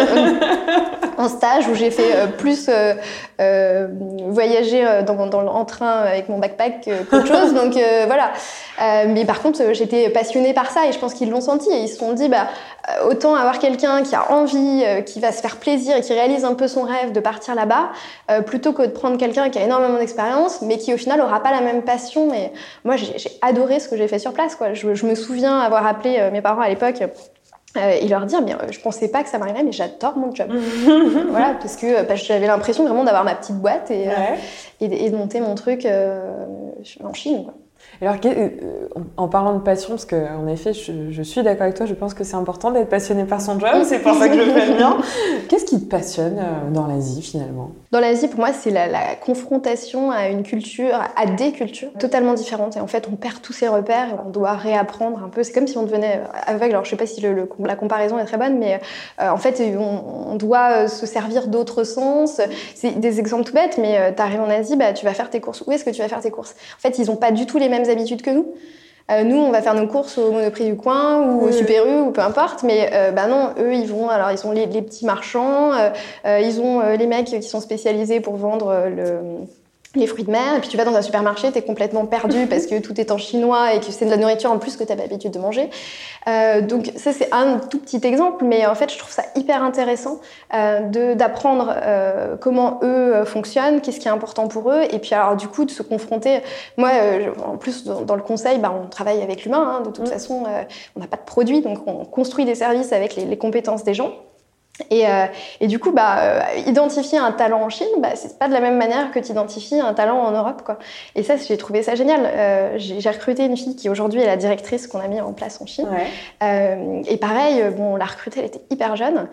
en stage où j'ai fait euh, plus euh, euh, voyager dans, dans, en train avec mon backpack qu'autre chose. Donc euh, voilà. Euh, mais par contre, j'étais passionnée par ça et je pense qu'ils l'ont senti et ils se sont dit, bah autant avoir quelqu'un qui a envie, euh, qui va se faire plaisir et qui réalise un peu son rêve de partir là-bas, euh, plutôt que de prendre quelqu'un qui a énormément d'expérience, mais qui au final aura pas la même passion. Et moi, j'ai, j'ai adoré ce que j'ai fait sur place, quoi. Je, je me souviens avoir appelé euh, mes parents à l'époque. Euh, et leur dire, mais euh, je pensais pas que ça m'arriverait, mais j'adore mon job. Voilà, parce que bah, j'avais l'impression vraiment d'avoir ma petite boîte et, ouais. euh, et, et de monter mon truc euh, en Chine, quoi. Alors, en parlant de passion, parce qu'en effet, je, je suis d'accord avec toi, je pense que c'est important d'être passionné par son job, c'est pour ça que je le fais bien. Qu'est-ce qui te passionne dans l'Asie, finalement ? Dans l'Asie, pour moi, c'est la, la confrontation à une culture, à des cultures totalement différentes. Et en fait, on perd tous ses repères et on doit réapprendre un peu. C'est comme si on devenait aveugle. Alors, je sais pas si le, le, la comparaison est très bonne, mais euh, en fait, on, on doit se servir d'autres sens. C'est des exemples tout bêtes, mais euh, t'arrives en Asie, bah, tu vas faire tes courses. Où est-ce que tu vas faire tes courses ? En fait, ils ont pas du tout les mêmes habitudes que nous. Euh, nous, on va faire nos courses au Monoprix du coin ou oui. au Super U ou peu importe, mais euh, bah non, eux, ils vont. Alors, ils ont les, les petits marchands, euh, euh, ils ont euh, les mecs qui sont spécialisés pour vendre euh, le. les fruits de mer, et puis tu vas dans un supermarché, t'es complètement perdu parce que tout est en chinois et que c'est de la nourriture en plus que t'as pas l'habitude de manger. Euh, donc ça, c'est un tout petit exemple, mais en fait, je trouve ça hyper intéressant euh, de, d'apprendre euh, comment eux fonctionnent, qu'est-ce qui est important pour eux, et puis alors du coup, de se confronter. Moi, euh, en plus, dans, dans le conseil, bah, on travaille avec l'humain, hein, de toute mmh. façon, euh, on n'a pas de produit, donc on construit des services avec les, les compétences des gens. Et, euh, et du coup, bah, euh, identifier un talent en Chine, bah, c'est pas de la même manière que tu identifies un talent en Europe, quoi. Et ça, j'ai trouvé ça génial. Euh, j'ai, j'ai recruté une fille qui aujourd'hui est la directrice qu'on a mis en place en Chine. Ouais. Euh, et pareil, bon, on l'a recrutée, elle était hyper jeune.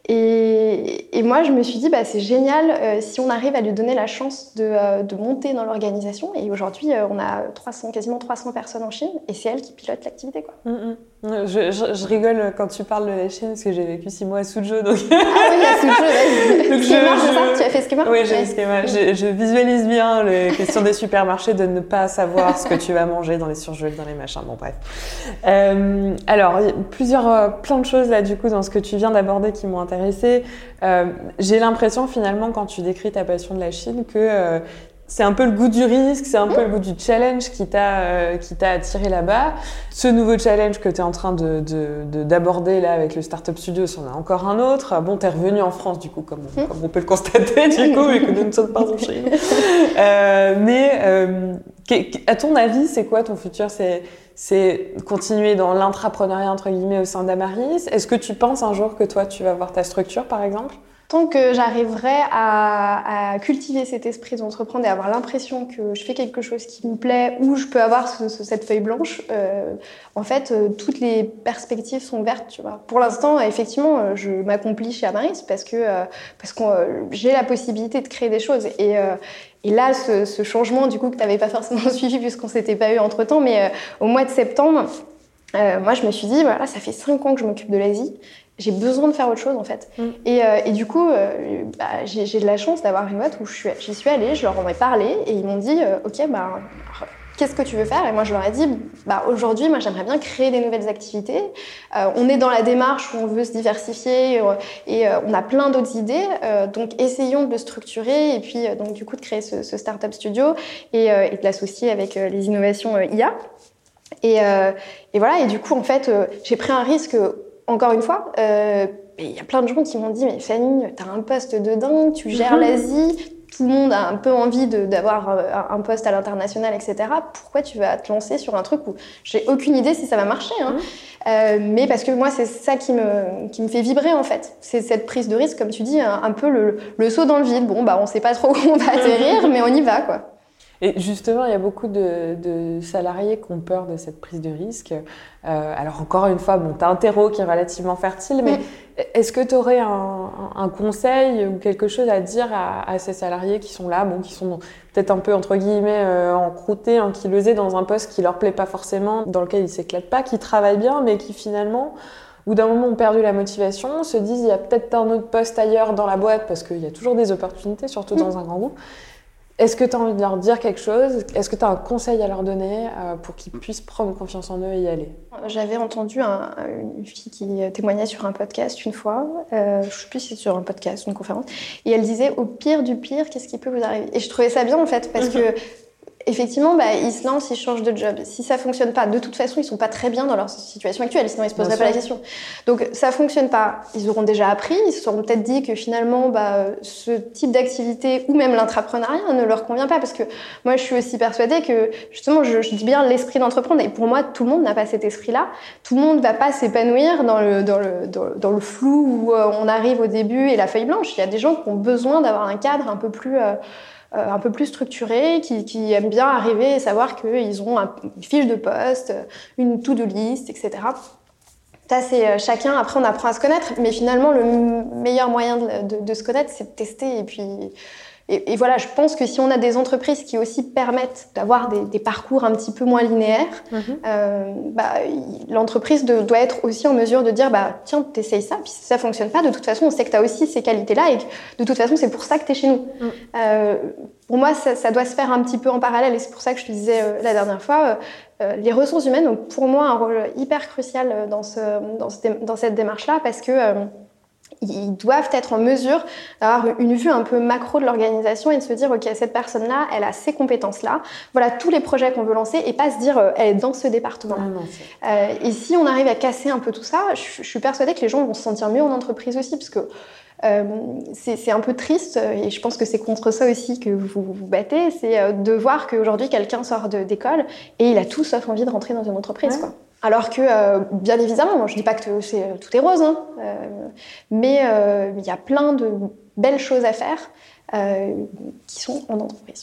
Et, et moi, je me suis dit, bah, c'est génial euh, si on arrive à lui donner la chance de, euh, de monter dans l'organisation. Et aujourd'hui, euh, on a trois cents, quasiment trois cents personnes en Chine, et c'est elle qui pilote l'activité, quoi. Mm-hmm. Je, je, je rigole quand tu parles de la Chine parce que j'ai vécu six mois à Suzhou. Donc... Ah oui, à Suzhou, ouais. Schema, je, c'est ça je... Tu as fait Schema? Oui, j'ai fait Schema. Je, je visualise bien les questions des supermarchés, de ne pas savoir ce que tu vas manger dans les surgelés, dans les machins. Bon, bref. Euh, alors, il y a plusieurs, euh, plein de choses là, du coup, dans ce que tu viens d'aborder qui m'ont intéressée. Euh, j'ai l'impression, finalement, quand tu décris ta passion de la Chine, que euh, c'est un peu le goût du risque, c'est un peu le goût du challenge qui t'a, euh, qui t'a attiré là-bas. Ce nouveau challenge que tu es en train de, de, de, d'aborder là avec le Startup Studio, c'en a encore un autre. Bon, tu es revenu en France, du coup, comme on, comme on peut le constater, du coup, vu que nous ne sommes pas en Chine. Euh, mais euh, à ton avis, c'est quoi ton futur? C'est, c'est continuer dans l'intrapreneuriat, entre guillemets, au sein d'Amaris? Est-ce que tu penses un jour que toi, tu vas avoir ta structure, par exemple? Tant que j'arriverai à, à cultiver cet esprit d'entreprendre et avoir l'impression que je fais quelque chose qui me plaît, ou je peux avoir ce, ce, cette feuille blanche, euh, en fait, euh, toutes les perspectives sont vertes, tu vois. Pour l'instant, effectivement, je m'accomplis chez Amaris parce que, euh, parce que euh, j'ai la possibilité de créer des choses. Et, euh, et là, ce, ce changement, du coup, que tu n'avais pas forcément suivi puisqu'on ne s'était pas eu entre-temps, mais euh, au mois de septembre, euh, moi, je me suis dit, voilà, ça fait cinq ans que je m'occupe de l'Asie. J'ai besoin de faire autre chose, en fait. Mm. Et, euh, et du coup, euh, bah, j'ai, j'ai de la chance d'avoir une boîte où je suis, j'y suis allée, je leur en ai parlé et ils m'ont dit euh, « Ok, bah, qu'est-ce que tu veux faire ?» Et moi, je leur ai dit bah, « Aujourd'hui, moi, j'aimerais bien créer des nouvelles activités. Euh, on est dans la démarche où on veut se diversifier euh, et euh, on a plein d'autres idées. Euh, donc, essayons de le structurer et puis, euh, donc, du coup, de créer ce, ce Startup Studio et, euh, et de l'associer avec euh, les innovations euh, I A. Et, euh, et voilà, et du coup, en fait, euh, j'ai pris un risque... Encore une fois, il euh, y a plein de gens qui m'ont dit « Mais Fanny, t'as un poste de dingue, tu gères l'Asie, tout le monde a un peu envie de, d'avoir un poste à l'international, et cetera. Pourquoi tu vas te lancer sur un truc où j'ai aucune idée si ça va marcher hein. mmh. euh, Mais parce que moi, c'est ça qui me, qui me fait vibrer, en fait. C'est cette prise de risque, comme tu dis, un, un peu le, le saut dans le vide. Bon, bah, on ne sait pas trop où on va atterrir, mais on y va, quoi. Et justement, il y a beaucoup de, de salariés qui ont peur de cette prise de risque. Euh, alors encore une fois, bon, tu as un terreau qui est relativement fertile, mais mmh. est-ce que tu aurais un, un conseil ou quelque chose à dire à, à ces salariés qui sont là, bon, qui sont peut-être un peu, entre guillemets, euh, encroutés, ankylosés dans un poste qui leur plaît pas forcément, dans lequel ils s'éclatent pas, qui travaillent bien, mais qui finalement... ou d'un moment ont perdu la motivation, se disent il y a peut-être un autre poste ailleurs dans la boîte, parce qu'il y a toujours des opportunités, surtout mmh. dans un grand groupe. Est-ce que tu as envie de leur dire quelque chose? Est-ce que tu as un conseil à leur donner euh, pour qu'ils puissent prendre confiance en eux et y aller? J'avais entendu un, une fille qui témoignait sur un podcast une fois, euh, je ne sais plus si c'est sur un podcast ou une conférence, et elle disait « Au pire du pire, qu'est-ce qui peut vous arriver ?» Et je trouvais ça bien en fait, parce que effectivement, bah, ils se lancent, ils changent de job. Si ça fonctionne pas, de toute façon, ils sont pas très bien dans leur situation actuelle, sinon ils se poseraient pas la question. Donc ça fonctionne pas, ils auront déjà appris, ils se seront peut-être dit que finalement, bah, ce type d'activité ou même l'intrapreneuriat ne leur convient pas, parce que moi, je suis aussi persuadée que justement, je, je dis bien l'esprit d'entreprendre, et pour moi, tout le monde n'a pas cet esprit-là. Tout le monde va pas s'épanouir dans le dans le dans, dans le flou où euh, on arrive au début et la feuille blanche. Il y a des gens qui ont besoin d'avoir un cadre un peu plus euh, Euh, un peu plus structurés, qui, qui aiment bien arriver et savoir qu'ils ont un, une fiche de poste, une to-do list, et cetera. Ça, c'est euh, chacun, après on apprend à se connaître, mais finalement le m- meilleur moyen de, de, de se connaître, c'est de tester. Et puis, et, et voilà, je pense que si on a des entreprises qui aussi permettent d'avoir des, des parcours un petit peu moins linéaires, mmh. euh, bah, l'entreprise de, doit être aussi en mesure de dire bah, tiens, t'essayes ça, puis si ça fonctionne pas, de toute façon, on sait que t'as aussi ces qualités-là et que de toute façon, c'est pour ça que t'es chez nous. Mmh. Euh, pour moi, ça, ça doit se faire un petit peu en parallèle, et c'est pour ça que je te disais euh, la dernière fois, euh, les ressources humaines ont pour moi un rôle hyper crucial dans, ce, dans, ce, dans cette démarche-là, parce que euh, ils doivent être en mesure d'avoir une vue un peu macro de l'organisation et de se dire ok, cette personne-là, elle a ces compétences-là, voilà tous les projets qu'on veut lancer, et pas se dire euh, elle est dans ce département-là. Ah non, euh, et si on arrive à casser un peu tout ça, je, je suis persuadée que les gens vont se sentir mieux en entreprise aussi, parce que Euh, c'est, c'est un peu triste, et je pense que c'est contre ça aussi que vous vous battez, c'est de voir qu'aujourd'hui quelqu'un sort de, d'école et il a tout sauf envie de rentrer dans une entreprise. Ouais. Quoi. Alors que, euh, bien évidemment, moi, je ne dis pas que c'est, tout est rose, hein, euh, mais euh, il y a plein de belles choses à faire euh, qui sont en entreprise.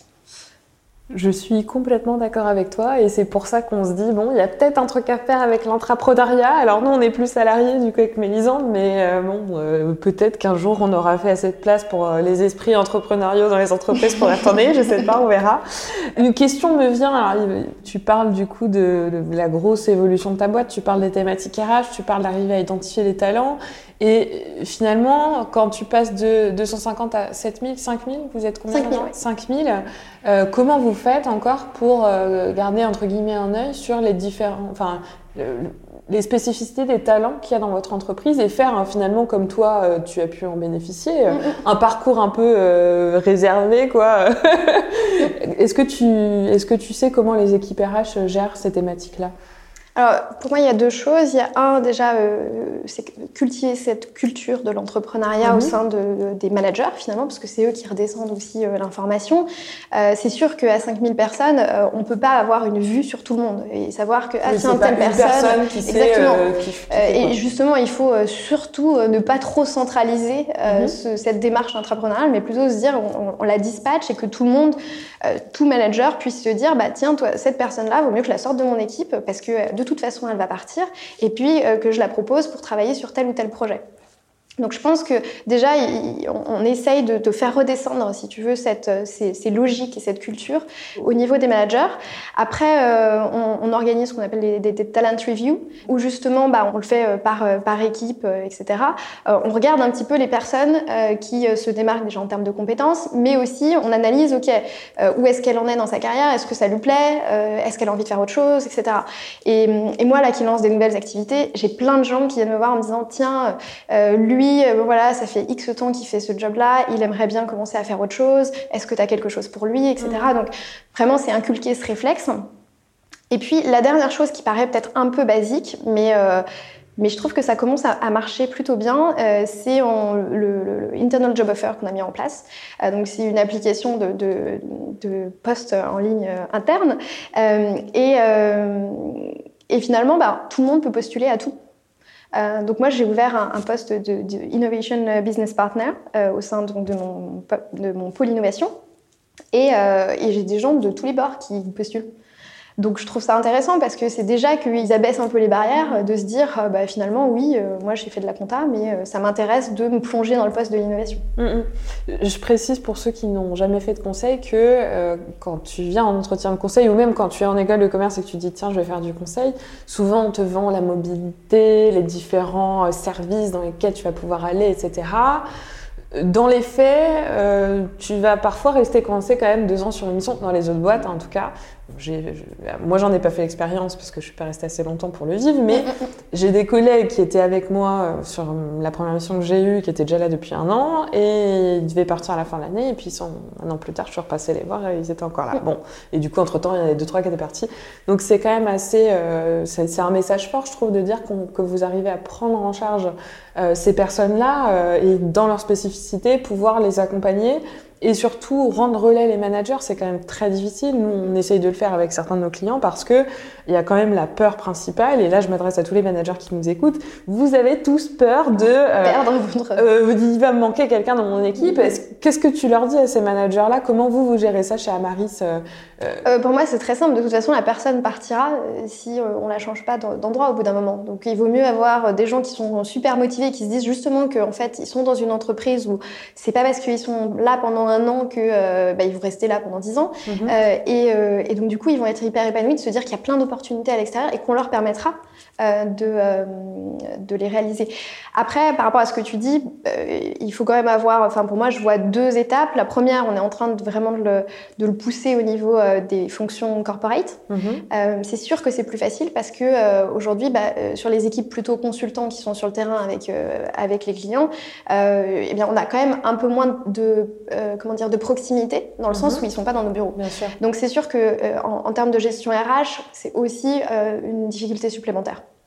Je suis complètement d'accord avec toi et c'est pour ça qu'on se dit, bon, il y a peut-être un truc à faire avec l'entrepreneuriat. Alors nous, on est plus salariés du coup avec Mélisande, mais euh, bon, euh, peut-être qu'un jour, on aura fait assez de place pour euh, les esprits entrepreneuriaux dans les entreprises pour y retourner, je sais pas, on verra. Une question me vient, alors, tu parles du coup de, de la grosse évolution de ta boîte, tu parles des thématiques R H, tu parles d'arriver à identifier les talents. Et finalement, quand tu passes de deux cent cinquante à sept mille, cinq mille, vous êtes combien? cinq mille, oui. cinq mille. Euh, comment vous faites encore pour euh, garder entre guillemets un œil sur les différents, enfin, le, les spécificités des talents qu'il y a dans votre entreprise et faire hein, finalement comme toi, euh, tu as pu en bénéficier, euh, mm-hmm. un parcours un peu euh, réservé, quoi. Est-ce que tu, est-ce que tu sais comment les équipes R H gèrent ces thématiques-là? Alors, pour moi, il y a deux choses. Il y a un, déjà, euh, c'est cultiver cette culture de l'entrepreneuriat mmh. au sein de, de, des managers, finalement, parce que c'est eux qui redescendent aussi euh, l'information. Euh, c'est sûr qu'à cinq mille personnes, euh, on ne peut pas avoir une vue sur tout le monde et savoir que, ah, oui, tiens, telle personne... personne qui exactement. Sait, euh, qui, qui euh, et justement, il faut euh, surtout euh, ne pas trop centraliser euh, mmh. ce, cette démarche entrepreneuriale, mais plutôt se dire, on, on la dispatche et que tout le monde, euh, tout manager puisse se dire, bah, tiens, toi, cette personne-là, vaut mieux que je la sorte de mon équipe parce que, de toute façon, elle va partir, et puis euh, que je la propose pour travailler sur tel ou tel projet. Donc je pense que déjà, il, on, on essaye de, de faire redescendre, si tu veux, cette, ces, ces logiques et cette culture au niveau des managers. Après, euh, on, on organise ce qu'on appelle des, des, des talent reviews, où justement, bah, on le fait par, par équipe, et cetera. Euh, on regarde un petit peu les personnes euh, qui se démarquent déjà en termes de compétences, mais aussi on analyse, ok, euh, où est-ce qu'elle en est dans sa carrière, est-ce que ça lui plaît, euh, est-ce qu'elle a envie de faire autre chose, et cetera. Et, et moi, là, qui lance des nouvelles activités, j'ai plein de gens qui viennent me voir en me disant, tiens, euh, lui, Euh, voilà, ça fait X temps qu'il fait ce job-là, il aimerait bien commencer à faire autre chose, est-ce que tu as quelque chose pour lui, et cetera. Mmh. Donc vraiment, c'est inculquer ce réflexe. Et puis, la dernière chose qui paraît peut-être un peu basique, mais, euh, mais je trouve que ça commence à, à marcher plutôt bien, euh, c'est en, le, le, le Internal Job Offer qu'on a mis en place. Euh, donc, c'est une application de, de, de poste en ligne euh, interne. Euh, et, euh, et finalement, bah, tout le monde peut postuler à tout. Euh, donc moi j'ai ouvert un, un poste de, de Innovation Business Partner euh, au sein donc, de, mon, de mon pôle innovation et, euh, et j'ai des gens de tous les bords qui postulent. Donc je trouve ça intéressant parce que c'est déjà qu'ils abaissent un peu les barrières de se dire euh, bah, finalement oui, euh, moi j'ai fait de la compta mais euh, ça m'intéresse de me plonger dans le poste de l'innovation. Mmh. Je précise pour ceux qui n'ont jamais fait de conseil que euh, quand tu viens en entretien de conseil ou même quand tu es en école de commerce et que tu dis tiens je vais faire du conseil, souvent on te vend la mobilité, les différents services dans lesquels tu vas pouvoir aller, et cetera. Dans les faits, euh, tu vas parfois rester coincé quand même deux ans sur une mission, dans les autres boîtes en tout cas. J'ai, je, moi, j'en ai pas fait l'expérience parce que je suis pas restée assez longtemps pour le vivre, mais j'ai des collègues qui étaient avec moi sur la première mission que j'ai eue, qui étaient déjà là depuis un an, et ils devaient partir à la fin de l'année, et puis sont, un an plus tard, je suis repassée les voir et ils étaient encore là. Bon, et du coup, entre-temps, il y en avait deux, trois qui étaient partis. Donc, c'est quand même assez... Euh, c'est, c'est un message fort, je trouve, de dire qu'on, que vous arrivez à prendre en charge euh, ces personnes-là euh, et dans leur spécificité, pouvoir les accompagner. Et surtout, rendre relais les managers, c'est quand même très difficile. Nous, on essaye de le faire avec certains de nos clients parce que il y a quand même la peur principale. Et là, je m'adresse à tous les managers qui nous écoutent. Vous avez tous peur de... Euh, perdre votre... Euh, il va me manquer quelqu'un dans mon équipe. Est-ce, qu'est-ce que tu leur dis à ces managers-là? Comment vous, vous gérez ça chez Amaris? euh, euh, Pour moi, c'est très simple. De toute façon, la personne partira si euh, on la change pas d'endroit au bout d'un moment. Donc, il vaut mieux avoir des gens qui sont super motivés, qui se disent justement qu'en fait, ils sont dans une entreprise où c'est pas parce qu'ils sont là pendant un an que euh, bah, ils vont rester là pendant dix ans. Mmh. Euh, et, euh, et donc, du coup, ils vont être hyper épanouis de se dire qu'il y a plein d'opportunités à l'extérieur et qu'on leur permettra euh, de, euh, de les réaliser. Après, par rapport à ce que tu dis, euh, il faut quand même avoir... Enfin, pour moi, je vois deux étapes. La première, on est en train de vraiment de le, de le pousser au niveau euh, des fonctions corporate. Mmh. Euh, c'est sûr que c'est plus facile parce que euh, aujourd'hui, bah, euh, sur les équipes plutôt consultants qui sont sur le terrain avec, euh, avec les clients, euh, eh bien, on a quand même un peu moins de... Euh, comment dire, de proximité, dans le mmh. sens où ils ne sont pas dans nos bureaux. Bien sûr. Donc c'est sûr qu'en euh, en termes de gestion R H, c'est aussi euh, une difficulté supplémentaire.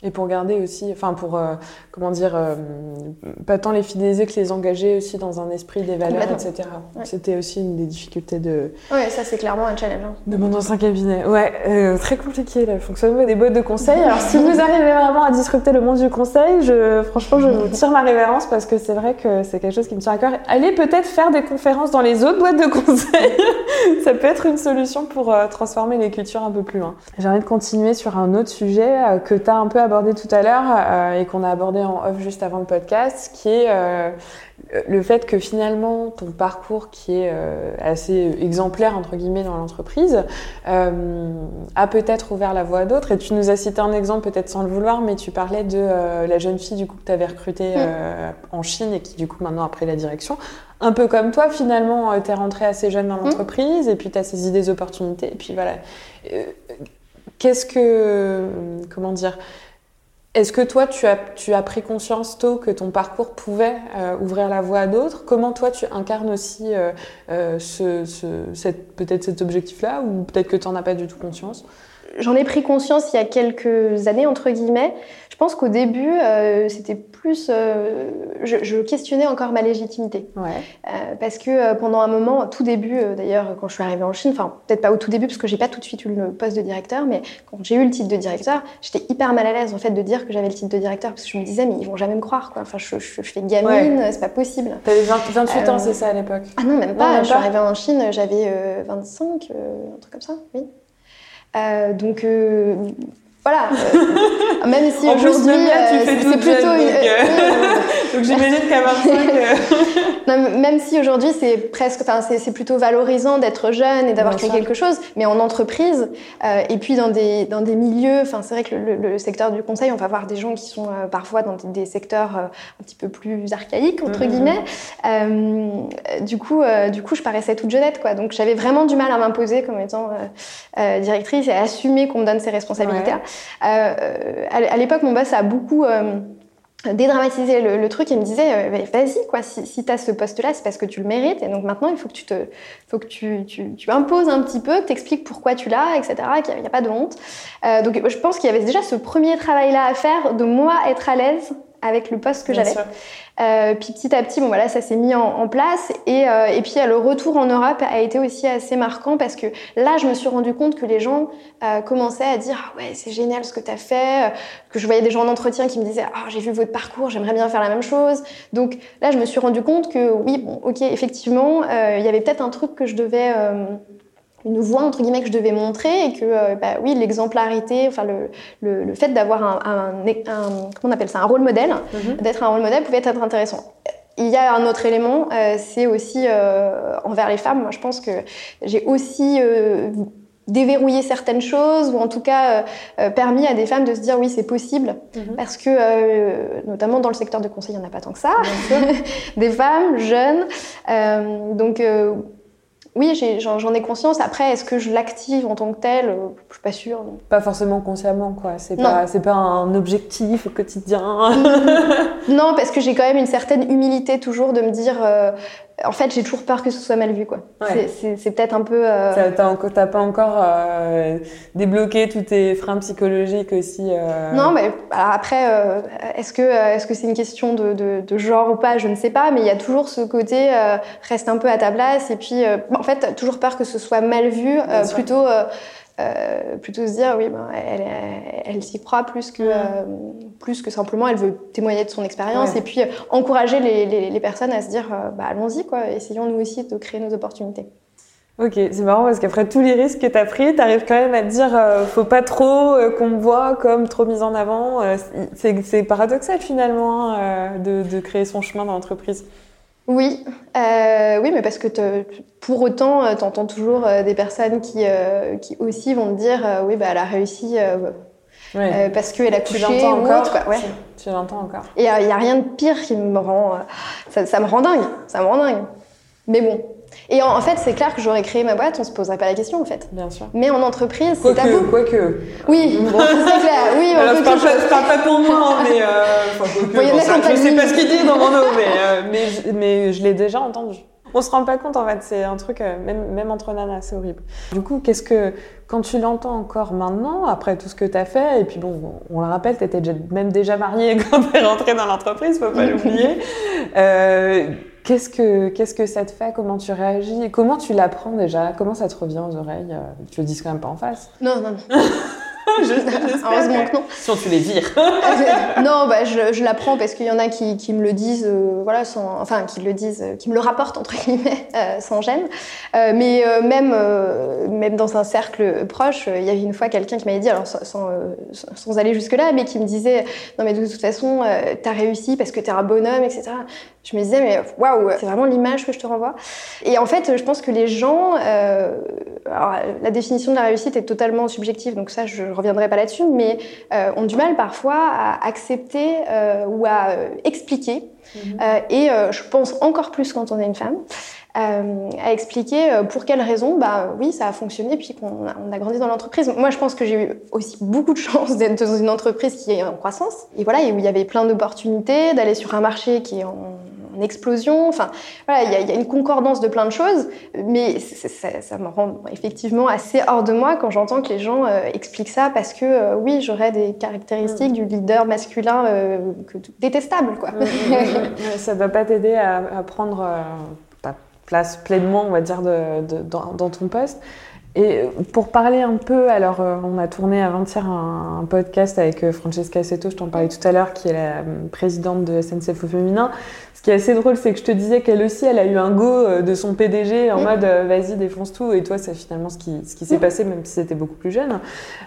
Et pour garder aussi, enfin pour, euh, comment dire, euh, pas tant les fidéliser que les engager aussi dans un esprit des valeurs, et cetera. Ouais. C'était aussi une des difficultés de... Ouais, ça c'est clairement un challenge. Hein. De mon ancien cabinet. Ouais, euh, très compliqué le fonctionnement des boîtes de conseil. Alors si vous arrivez vraiment à disrupter le monde du conseil, je, franchement je vous tire ma révérence parce que c'est vrai que c'est quelque chose qui me tient à cœur. Allez peut-être faire des conférences dans les autres boîtes de conseil. Ça peut être une solution pour euh, transformer les cultures un peu plus loin. J'ai envie de continuer sur un autre sujet euh, que tu as un peu abordé tout à l'heure euh, et qu'on a abordé en off juste avant le podcast, qui est euh, le fait que finalement ton parcours qui est euh, assez exemplaire entre guillemets dans l'entreprise euh, a peut-être ouvert la voie à d'autres. Et tu nous as cité un exemple peut-être sans le vouloir, mais tu parlais de euh, la jeune fille du coup que tu avais recrutée euh, en Chine et qui du coup maintenant a pris la direction. Un peu comme toi finalement, euh, tu es rentrée assez jeune dans l'entreprise et puis tu as saisi des opportunités et puis voilà. Euh, qu'est-ce que... Comment dire Est-ce que toi, tu as, tu as pris conscience tôt que ton parcours pouvait euh, ouvrir la voie à d'autres ? Comment toi, tu incarnes aussi euh, euh, ce, ce, cette, peut-être cet objectif-là ou peut-être que tu n'en as pas du tout conscience ? J'en ai pris conscience il y a quelques années, entre guillemets. Je pense qu'au début, euh, c'était plus... Euh, je, je questionnais encore ma légitimité. Ouais. Euh, parce que euh, pendant un moment, tout début, euh, d'ailleurs, quand je suis arrivée en Chine, enfin, peut-être pas au tout début, parce que j'ai pas tout de suite eu le poste de directeur, mais quand j'ai eu le titre de directeur, j'étais hyper mal à l'aise, en fait, de dire que j'avais le titre de directeur, parce que je me disais, mais ils vont jamais me croire, quoi. Enfin, je, je, je fais gamine, ouais. C'est pas possible. T'avais vingt-huit euh, ans, c'est ça, à l'époque ? Ah non, même pas. Non, même je suis arrivée en Chine, j'avais euh, vingt-cinq, euh, un truc comme ça, oui. Euh, donc euh, voilà, euh, même si en aujourd'hui plus, là, tu euh, fais c'est, c'est plutôt jeune, une... donc, euh... donc j'imagine qu'à vingt-cinq euh... non, même si aujourd'hui c'est presque, enfin c'est, c'est plutôt valorisant d'être jeune et d'avoir créé quelque chose, mais en entreprise euh, et puis dans des dans des milieux, enfin c'est vrai que le, le, le secteur du conseil, on va voir des gens qui sont euh, parfois dans des, des secteurs euh, un petit peu plus archaïques entre mmh. guillemets. Euh, du coup, euh, du coup, je paraissais toute jeunette, quoi. Donc j'avais vraiment du mal à m'imposer comme étant euh, euh, directrice et à assumer qu'on me donne ces responsabilités. Ouais. Euh, à, à l'époque, mon boss a beaucoup euh, dédramatisé le, le truc et me disait euh, vas-y, quoi, si, si tu as ce poste-là, c'est parce que tu le mérites. Et donc maintenant, il faut que tu, te, faut que tu, tu, tu imposes un petit peu, que tu expliques pourquoi tu l'as, et cetera, qu'il n'y a, a pas de honte. Euh, donc je pense qu'il y avait déjà ce premier travail-là à faire, de moi être à l'aise avec le poste que Bien j'avais. Euh, puis petit à petit, bon voilà, ça s'est mis en, en place. Et, euh, et puis le retour en Europe a été aussi assez marquant parce que là, je me suis rendu compte que les gens euh, commençaient à dire ah ouais, c'est génial ce que tu as fait. Que je voyais des gens en entretien qui me disaient ah j'ai vu votre parcours, j'aimerais bien faire la même chose. Donc là, je me suis rendu compte que oui, bon, ok, effectivement, euh, il y avait peut-être un truc que je devais euh, une voie entre guillemets que je devais montrer et que euh, bah oui, l'exemplarité, enfin le, le, le fait d'avoir un, un, un comment on appelle ça, un rôle modèle, mm-hmm. d'être un rôle modèle pouvait être intéressant. Il y a un autre élément, euh, c'est aussi euh, envers les femmes. Moi, je pense que j'ai aussi euh, déverrouillé certaines choses ou en tout cas euh, permis à des femmes de se dire oui, c'est possible, mm-hmm. parce que euh, notamment dans le secteur de conseil, il n'y en a pas tant que ça, des femmes jeunes, euh, donc euh, oui, j'ai, j'en, j'en ai conscience. Après, est-ce que je l'active en tant que telle ? euh, Je suis pas sûre. Non. Pas forcément consciemment, quoi. C'est pas, c'est pas un objectif au quotidien. Non, parce que j'ai quand même une certaine humilité toujours de me dire... Euh, en fait, j'ai toujours peur que ce soit mal vu, quoi. Ouais. C'est, c'est, c'est peut-être un peu... Euh... T'as, t'as, encore, t'as pas encore euh, débloqué tous tes freins psychologiques aussi euh... Non, mais alors après, euh, est-ce que, est-ce que c'est une question de, de, de genre ou pas ? Je ne sais pas, mais il y a toujours ce côté euh, reste un peu à ta place et puis, euh, en fait, toujours peur que ce soit mal vu, euh, plutôt... Euh, Euh, plutôt se dire oui ben elle, elle, elle s'y croit plus que euh, plus que simplement elle veut témoigner de son expérience ouais. et puis euh, encourager les, les, les personnes à se dire euh, bah allons-y quoi, essayons nous aussi de créer nos opportunités. Ok, c'est marrant parce qu'après tous les risques que t'as pris, t'arrives quand même à te dire euh, faut pas trop euh, qu'on me voit comme trop mise en avant. Euh, c'est, c'est paradoxal finalement euh, de, de créer son chemin dans l'entreprise. Oui, euh, oui, mais parce que te, pour autant, tu entends toujours euh, des personnes qui, euh, qui aussi vont te dire euh, oui, bah, elle a réussi euh, ouais. euh, parce qu'elle a couché tu l'entends ou encore, autre. Quoi. Ouais. Tu, tu l'entends encore. Et il euh, n'y a rien de pire qui me rend... Euh, ça, ça me rend dingue, ça me rend dingue. Mais bon. Et en, en fait, c'est clair que j'aurais créé ma boîte, on se poserait pas la question en fait. Bien sûr. Mais en entreprise, quoi c'est tabou. Quoique. Oui, bon, c'est clair. Oui, on alors, peut je parle, pas, je parle pas pour moi, mais euh, enfin, quoique, bon, bon, ça, je sais pas ce qu'il dit dans mon nom, mais, euh, mais, mais je l'ai déjà entendu. on se rend pas compte en fait, c'est un truc, euh, même, même entre nanas, c'est horrible. Du coup, qu'est-ce que, quand tu l'entends encore maintenant, après tout ce que tu as fait, et puis bon, on le rappelle, tu étais même déjà mariée quand tu es rentrée dans l'entreprise, faut pas l'oublier. Euh, qu'est-ce que, qu'est-ce que ça te fait? Comment tu réagis? Comment tu l'apprends déjà? Comment ça te revient aux oreilles? Tu le dis quand même pas en face? Non, non, non. Heureusement que non. Sinon tu les vires. Non, bah, je, je l'apprends parce qu'il y en a qui, qui me le disent, euh, voilà, sans, enfin qui le disent, euh, qui me le rapportent entre guillemets, euh, sans gêne. Euh, mais euh, même, euh, même dans un cercle proche, il euh, y avait une fois quelqu'un qui m'avait dit, alors sans, sans, euh, sans aller jusque là, mais qui me disait, non mais de toute façon, euh, t'as réussi parce que t'es un bonhomme, et cetera. Je me disais, mais waouh, c'est vraiment l'image que je te renvoie. Et en fait, je pense que les gens, euh, alors, la définition de la réussite est totalement subjective, donc ça, je ne reviendrai pas là-dessus, mais euh, ont du mal parfois à accepter euh, ou à euh, expliquer. Mmh. Euh, et euh, je pense encore plus quand on est une femme, euh, à expliquer euh, pour quelles raisons, bah oui, ça a fonctionné, puis qu'on a, on a grandi dans l'entreprise. Moi, je pense que j'ai eu aussi beaucoup de chance d'être dans une entreprise qui est en croissance, et voilà, et où il y avait plein d'opportunités, d'aller sur un marché qui est en en explosion, enfin voilà, il y, y a une concordance de plein de choses, mais c'est, c'est, ça me rend effectivement assez hors de moi quand j'entends que les gens euh, expliquent ça parce que euh, oui, j'aurais des caractéristiques mmh. du leader masculin euh, que, détestable, quoi. Mmh, mmh, mmh. Ça ne va pas t'aider à, à prendre euh, ta place pleinement, on va dire, de, de, dans, dans ton poste. Et pour parler un peu, alors euh, on a tourné avant-hier un, un podcast avec euh, Francesca Seto, je t'en parlais tout à l'heure, qui est la euh, présidente de S N C F au féminin. Ce qui est assez drôle, c'est que je te disais qu'elle aussi, elle a eu un go euh, de son P D G en mmh. mode euh, vas-y, défonce tout. Et toi, c'est finalement ce qui, ce qui s'est mmh. passé, même si c'était beaucoup plus jeune.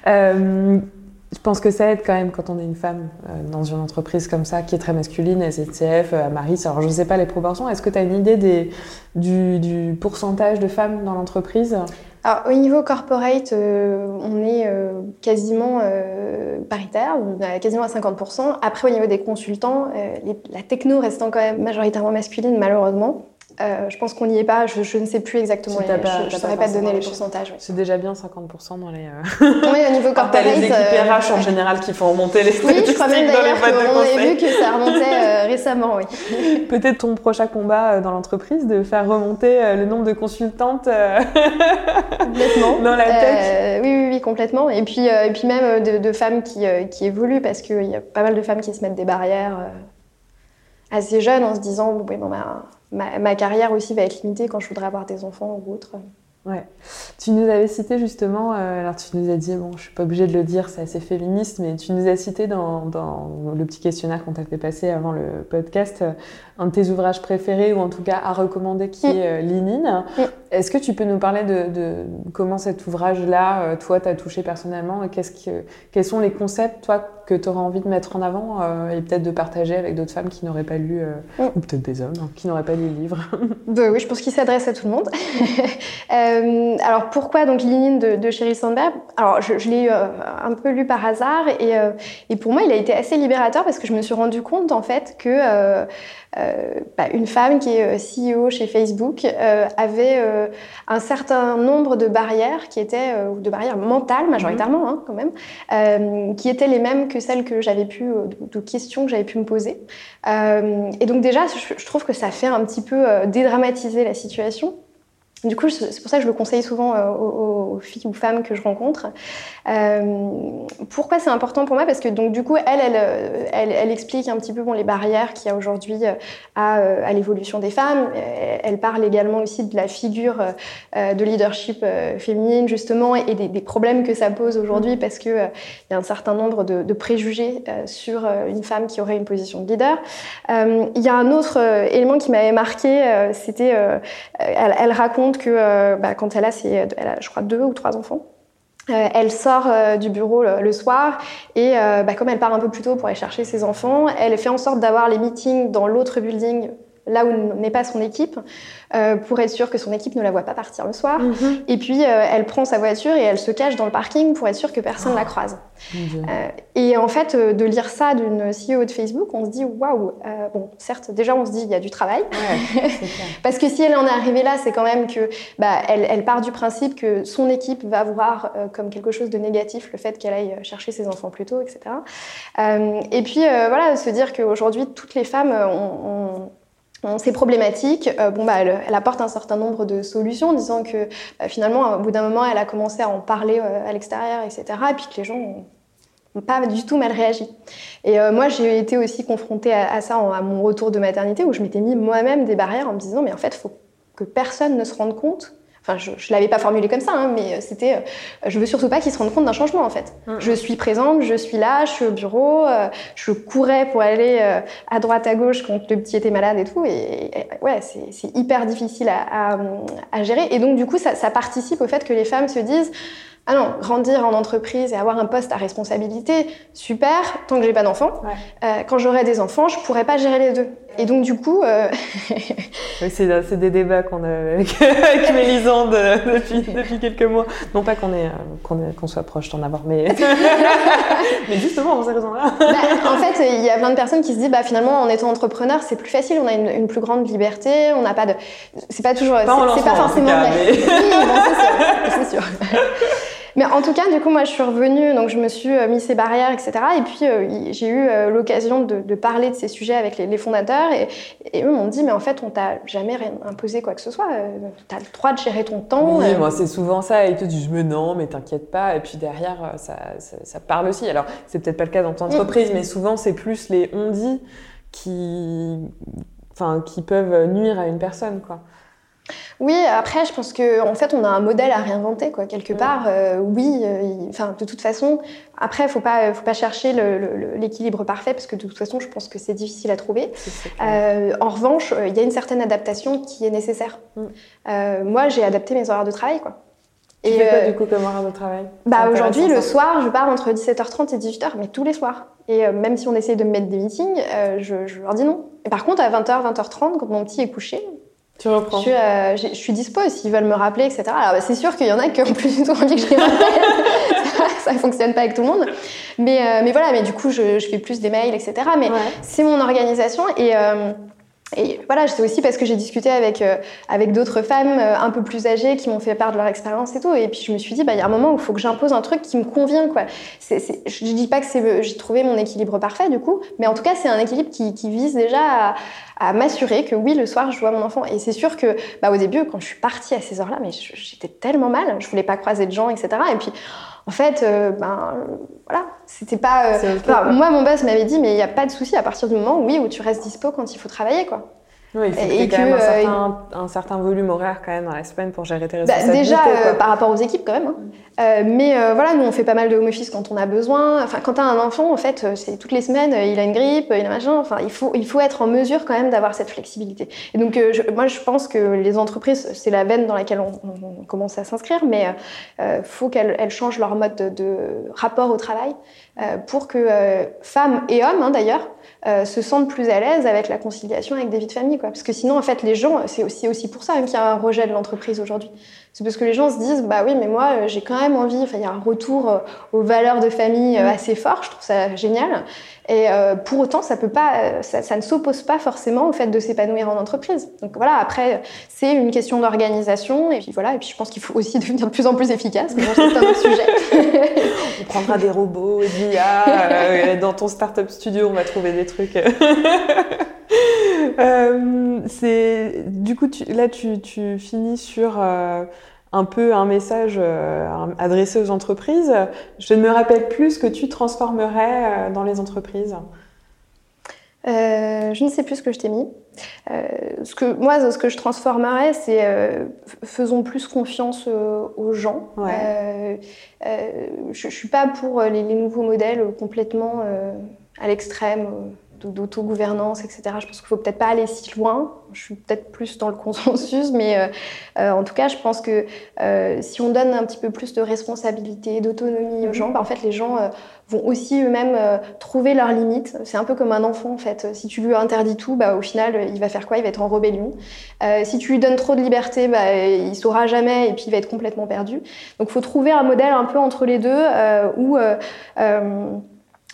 Euh, je pense que ça aide quand même quand on est une femme euh, dans une entreprise comme ça, qui est très masculine, S N C F, euh, Amaris. Alors, je ne sais pas les proportions. Est-ce que tu as une idée des, du, du pourcentage de femmes dans l'entreprise ? Alors, au niveau corporate, euh, on est euh, quasiment euh, paritaire, on est quasiment à cinquante pour cent. Après, au niveau des consultants, euh, les, la techno restant quand même majoritairement masculine, malheureusement. Euh, je pense qu'on n'y est pas, je, je ne sais plus exactement, si les, pas, je ne saurais pas te donner les pourcentages. Oui. C'est déjà bien cinquante pour cent dans les... Euh... Oui, au niveau corporate... T'as les équipes R H en général qui font remonter les statistiques. Oui, je crois même d'ailleurs qu'on avait vu que ça remontait euh, récemment, oui. Peut-être ton prochain combat dans l'entreprise, de faire remonter euh, le nombre de consultantes euh... complètement. dans la tech. Euh, oui, oui, oui, complètement. Et puis, euh, et puis même de, de femmes qui, euh, qui évoluent, parce qu'il y a pas mal de femmes qui se mettent des barrières euh, assez jeunes en se disant, bon, oui, bon, bah, Ma, ma carrière aussi va être limitée quand je voudrais avoir des enfants ou autre. Ouais. Tu nous avais cité justement, euh, alors tu nous as dit, bon, je suis pas obligée de le dire, c'est assez féministe, mais tu nous as cité dans, dans le petit questionnaire qu'on t'a fait passer avant le podcast, euh, un de tes ouvrages préférés, ou en tout cas à recommander, qui mmh. est euh, Lean In. Mmh. Est-ce que tu peux nous parler de, de comment cet ouvrage-là, euh, toi, t'as touché personnellement, et qu'est-ce que, quels sont les concepts, toi, que tu auras envie de mettre en avant euh, et peut-être de partager avec d'autres femmes qui n'auraient pas lu, euh, mmh. ou peut-être des hommes, hein, qui n'auraient pas lu le livre. Bah, oui, je pense qu'il s'adresse à tout le monde. euh, alors pourquoi donc Lean In de, de Sheryl Sandberg? Alors je, je l'ai euh, un peu lu par hasard et, euh, et pour moi il a été assez libérateur parce que je me suis rendu compte en fait que euh, euh, bah, une femme qui est C E O chez Facebook euh, avait euh, un certain nombre de barrières qui étaient euh, de barrières mentales majoritairement mmh. hein, quand même, euh, qui étaient les mêmes que celles que j'avais pu euh, de, de questions que j'avais pu me poser. Euh, et donc déjà je, je trouve que ça fait un petit peu euh, dédramatiser la situation. Du coup, c'est pour ça que je le conseille souvent aux, aux filles ou femmes que je rencontre. Euh, pourquoi c'est important pour moi? Parce que donc du coup, elle, elle, elle, elle explique un petit peu bon, les barrières qu'il y a aujourd'hui à, à l'évolution des femmes. Elle parle également aussi de la figure de leadership féminine justement et des, des problèmes que ça pose aujourd'hui parce que euh, il y a un certain nombre de, de préjugés euh, sur une femme qui aurait une position de leader. Euh, il y a un autre élément qui m'avait marqué, euh, c'était euh, elle, elle raconte que euh, bah, quand elle a, ses, elle a, je crois, deux ou trois enfants, euh, elle sort euh, du bureau le, le soir et euh, bah, comme elle part un peu plus tôt pour aller chercher ses enfants, elle fait en sorte d'avoir les meetings dans l'autre building, là où n'est pas son équipe, euh, pour être sûre que son équipe ne la voit pas partir le soir. Mm-hmm. Et puis, euh, elle prend sa voiture et elle se cache dans le parking pour être sûre que personne ne oh. la croise. Mm-hmm. Euh, et en fait, euh, de lire ça d'une C E O de Facebook, on se dit « waouh !» Bon, certes, déjà, on se dit « il y a du travail ouais, ». Parce que si elle en est arrivée là, c'est quand même que bah, elle, elle part du principe que son équipe va voir euh, comme quelque chose de négatif le fait qu'elle aille chercher ses enfants plus tôt, et cetera. Euh, et puis, euh, voilà, se dire qu'aujourd'hui, toutes les femmes ont... ont C'est problématique. Euh, bon, bah, elle, elle apporte un certain nombre de solutions, disant que bah, finalement, au bout d'un moment, elle a commencé à en parler euh, à l'extérieur, et cetera. Et puis que les gens n'ont pas du tout mal réagi. Et euh, moi, j'ai été aussi confrontée à, à ça en, à mon retour de maternité, où je m'étais mis moi-même des barrières en me disant, mais en fait, il faut que personne ne se rende compte. Enfin, je ne l'avais pas formulé comme ça, hein, mais c'était euh, je veux surtout pas qu'ils se rendent compte d'un changement, en fait. Mmh. Je suis présente, je suis là, je suis au bureau, euh, je courais pour aller euh, à droite, à gauche quand le petit était malade et tout. Et, et ouais, c'est, c'est hyper difficile à, à, à gérer. Et donc, du coup, ça, ça participe au fait que les femmes se disent ah non, grandir en entreprise et avoir un poste à responsabilité, super, tant que j'ai pas d'enfants. Ouais. Euh, quand j'aurai des enfants, je pourrai pas gérer les deux. Et donc du coup... Euh... oui, c'est, c'est des débats qu'on a avec, avec Mélisande depuis, depuis quelques mois. Non pas qu'on, est, qu'on, est, qu'on soit proche d'en avoir, mais... mais justement, pour ces raisons-là. Bah, en fait, il y a plein de personnes qui se disent, bah, finalement, en étant entrepreneur, c'est plus facile, on a une, une plus grande liberté, on n'a pas de... C'est pas toujours... Pas c'est, c'est pas forcément... Cas, mais... oui, bon, c'est sûr. C'est sûr. Mais en tout cas, du coup, moi, je suis revenue, donc je me suis mis ces barrières, et cetera. Et puis, euh, j'ai eu euh, l'occasion de, de parler de ces sujets avec les, les fondateurs. Et, et eux m'ont dit, mais en fait, on t'a jamais rien imposé quoi que ce soit. Euh, t'as le droit de gérer ton temps. Oui, euh... moi, c'est souvent ça. Ils te disent, mais non, mais t'inquiète pas. Et puis derrière, ça, ça, ça parle aussi. Alors, c'est peut-être pas le cas dans ton entreprise, mmh. mais souvent, c'est plus les on-dit qui, enfin, qui peuvent nuire à une personne, quoi. Oui, après, je pense qu'en en fait, on a un modèle à réinventer, quoi, quelque part. Euh, oui, enfin, euh, de toute façon, après, il ne faut pas, faut pas chercher le, le, l'équilibre parfait, parce que de toute façon, je pense que c'est difficile à trouver. Euh, en revanche, il y a une certaine adaptation qui est nécessaire. Mm. Euh, moi, j'ai adapté mes horaires de travail, quoi. Tu fais quoi, euh, du coup, comme horaire de travail? Bah, aujourd'hui, le soir, je pars entre dix-sept heures trente et dix-huit heures, mais tous les soirs. Et euh, même si on essaye de me mettre des meetings, euh, je, je leur dis non. Et par contre, à vingt heures, vingt heures trente, quand mon petit est couché... Tu reprends. Je suis, euh, je suis dispo s'ils veulent me rappeler, et cetera. Alors, bah, c'est sûr qu'il y en a qui ont plus du tout envie que je les rappelle. Ça ne fonctionne pas avec tout le monde. Mais, euh, mais voilà, mais du coup, je, je fais plus des mails, et cetera. Mais ouais. c'est mon organisation. Et, euh, et voilà, c'est aussi parce que j'ai discuté avec, euh, avec d'autres femmes euh, un peu plus âgées qui m'ont fait part de leur expérience et tout. Et puis, je me suis dit, bah, il y a un moment où il faut que j'impose un truc qui me convient, quoi. C'est, c'est, je ne dis pas que c'est, j'ai trouvé mon équilibre parfait, du coup. Mais en tout cas, c'est un équilibre qui, qui vise déjà à... à m'assurer que oui, le soir, je vois mon enfant. Et c'est sûr que, bah, au début, quand je suis partie à ces heures-là, mais j'étais tellement mal, je voulais pas croiser de gens, et cetera. Et puis, en fait, euh, ben, voilà, c'était pas... Euh, okay, enfin, moi, mon boss m'avait dit, mais il n'y a pas de souci à partir du moment, oui, où tu restes dispo quand il faut travailler, quoi. Oui, il faut et, et quand que, même un certain, euh, un certain volume horaire quand même dans la semaine pour gérer tes responsabilités. Bah, déjà, euh, par rapport aux équipes quand même. Hein. Euh, mais euh, voilà, nous on fait pas mal de home office quand on a besoin. Enfin, quand t'as un enfant, en fait, c'est toutes les semaines, il a une grippe, il a machin. Enfin, il faut, il faut être en mesure quand même d'avoir cette flexibilité. Et donc, euh, je, moi, je pense que les entreprises, c'est la veine dans laquelle on, on, on commence à s'inscrire, mais il euh, faut qu'elles elles changent leur mode de, de rapport au travail euh, pour que euh, femmes et hommes, hein, d'ailleurs, Euh, se sentent plus à l'aise avec la conciliation avec des vies de famille, quoi. Parce que sinon, en fait, les gens, c'est aussi, aussi pour ça hein, qu'il y a un rejet de l'entreprise aujourd'hui. C'est parce que les gens se disent, bah oui, mais moi, euh, j'ai quand même envie, enfin, il y a un retour euh, aux valeurs de famille euh, assez fort, je trouve ça génial. Et euh, pour autant, ça peut pas, ça, ça ne s'oppose pas forcément au fait de s'épanouir en entreprise. Donc voilà, après, c'est une question d'organisation, et puis voilà, et puis je pense qu'il faut aussi devenir de plus en plus efficace, mais bon, c'est un autre sujet. On prendra des robots, d'I A, euh, dans ton startup studio, on va trouver des trucs. euh, c'est, du coup, tu, là, tu, tu finis sur euh, un peu un message euh, adressé aux entreprises. Je ne me rappelle plus ce que tu transformerais euh, dans les entreprises. Euh, je ne sais plus ce que je t'ai mis. Euh, ce que, moi, ce que je transformerais, c'est euh, faisons plus confiance euh, aux gens. Ouais. Euh, euh, je ne suis pas pour les, les nouveaux modèles complètement euh, à l'extrême, euh, d'autogouvernance, et cetera. Je pense qu'il ne faut peut-être pas aller si loin. Je suis peut-être plus dans le consensus, mais euh, euh, en tout cas, je pense que euh, si on donne un petit peu plus de responsabilité, d'autonomie aux gens, bah, en fait, les gens euh, vont aussi eux-mêmes euh, trouver leurs limites. C'est un peu comme un enfant, en fait. Si tu lui interdis tout, bah, au final, il va faire quoi? Il va être en rébellion. Euh, si tu lui donnes trop de liberté, bah, il ne saura jamais et puis il va être complètement perdu. Donc, il faut trouver un modèle un peu entre les deux euh, où... Euh, euh,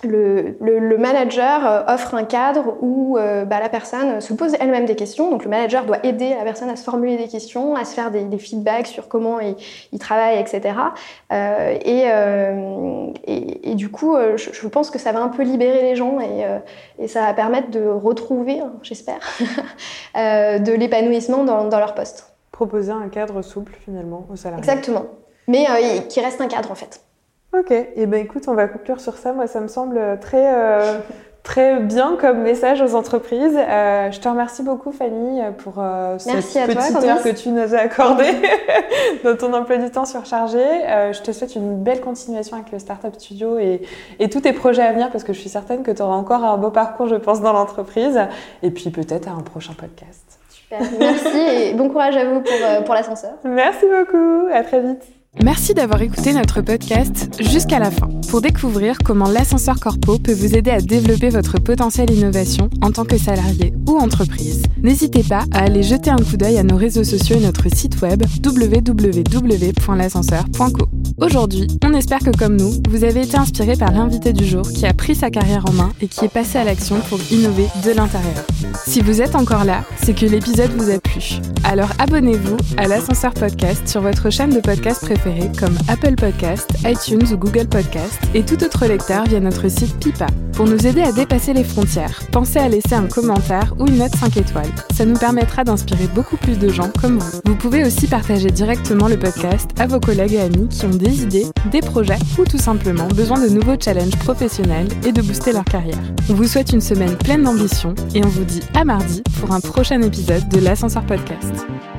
Le, le, le manager offre un cadre où euh, bah, la personne se pose elle-même des questions. Donc le manager doit aider la personne à se formuler des questions, à se faire des, des feedbacks sur comment il, il travaille, et cetera. Euh, et, euh, et, et du coup, je, je pense que ça va un peu libérer les gens et, euh, et ça va permettre de retrouver, j'espère, euh, de l'épanouissement dans, dans leur poste. Proposer un cadre souple finalement aux salariés. Exactement, mais euh, qui reste un cadre en fait. Ok, et eh ben écoute, on va conclure sur ça. Moi, ça me semble très, euh, très bien comme message aux entreprises. Euh, je te remercie beaucoup, Fanny, pour euh, cette petite toi, heure que tu nous as accordée dans ton emploi du temps surchargé. Euh, je te souhaite une belle continuation avec le Startup Studio et, et tous tes projets à venir, parce que je suis certaine que tu auras encore un beau parcours, je pense, dans l'entreprise. Et puis peut-être à un prochain podcast. Super, merci et bon courage à vous pour, pour l'ascenseur. Merci beaucoup, à très vite. Merci d'avoir écouté notre podcast jusqu'à la fin pour découvrir comment l'ascenseur Corpo peut vous aider à développer votre potentiel innovation en tant que salarié ou entreprise. N'hésitez pas à aller jeter un coup d'œil à nos réseaux sociaux et notre site web w w w point l'ascenseur point co. Aujourd'hui, on espère que comme nous, vous avez été inspiré par l'invité du jour qui a pris sa carrière en main et qui est passé à l'action pour innover de l'intérieur. Si vous êtes encore là, c'est que l'épisode vous a plu. Alors abonnez-vous à l'Ascenseur Podcast sur votre chaîne de podcast préférée comme Apple Podcast, iTunes ou Google Podcast et tout autre lecteur via notre site Pipa. Pour nous aider à dépasser les frontières, pensez à laisser un commentaire ou une note cinq étoiles. Ça nous permettra d'inspirer beaucoup plus de gens comme vous. Vous pouvez aussi partager directement le podcast à vos collègues et amis qui ont des idées, des projets ou tout simplement besoin de nouveaux challenges professionnels et de booster leur carrière. On vous souhaite une semaine pleine d'ambition et on vous dit à mardi pour un prochain épisode de l'Ascenseur Podcast.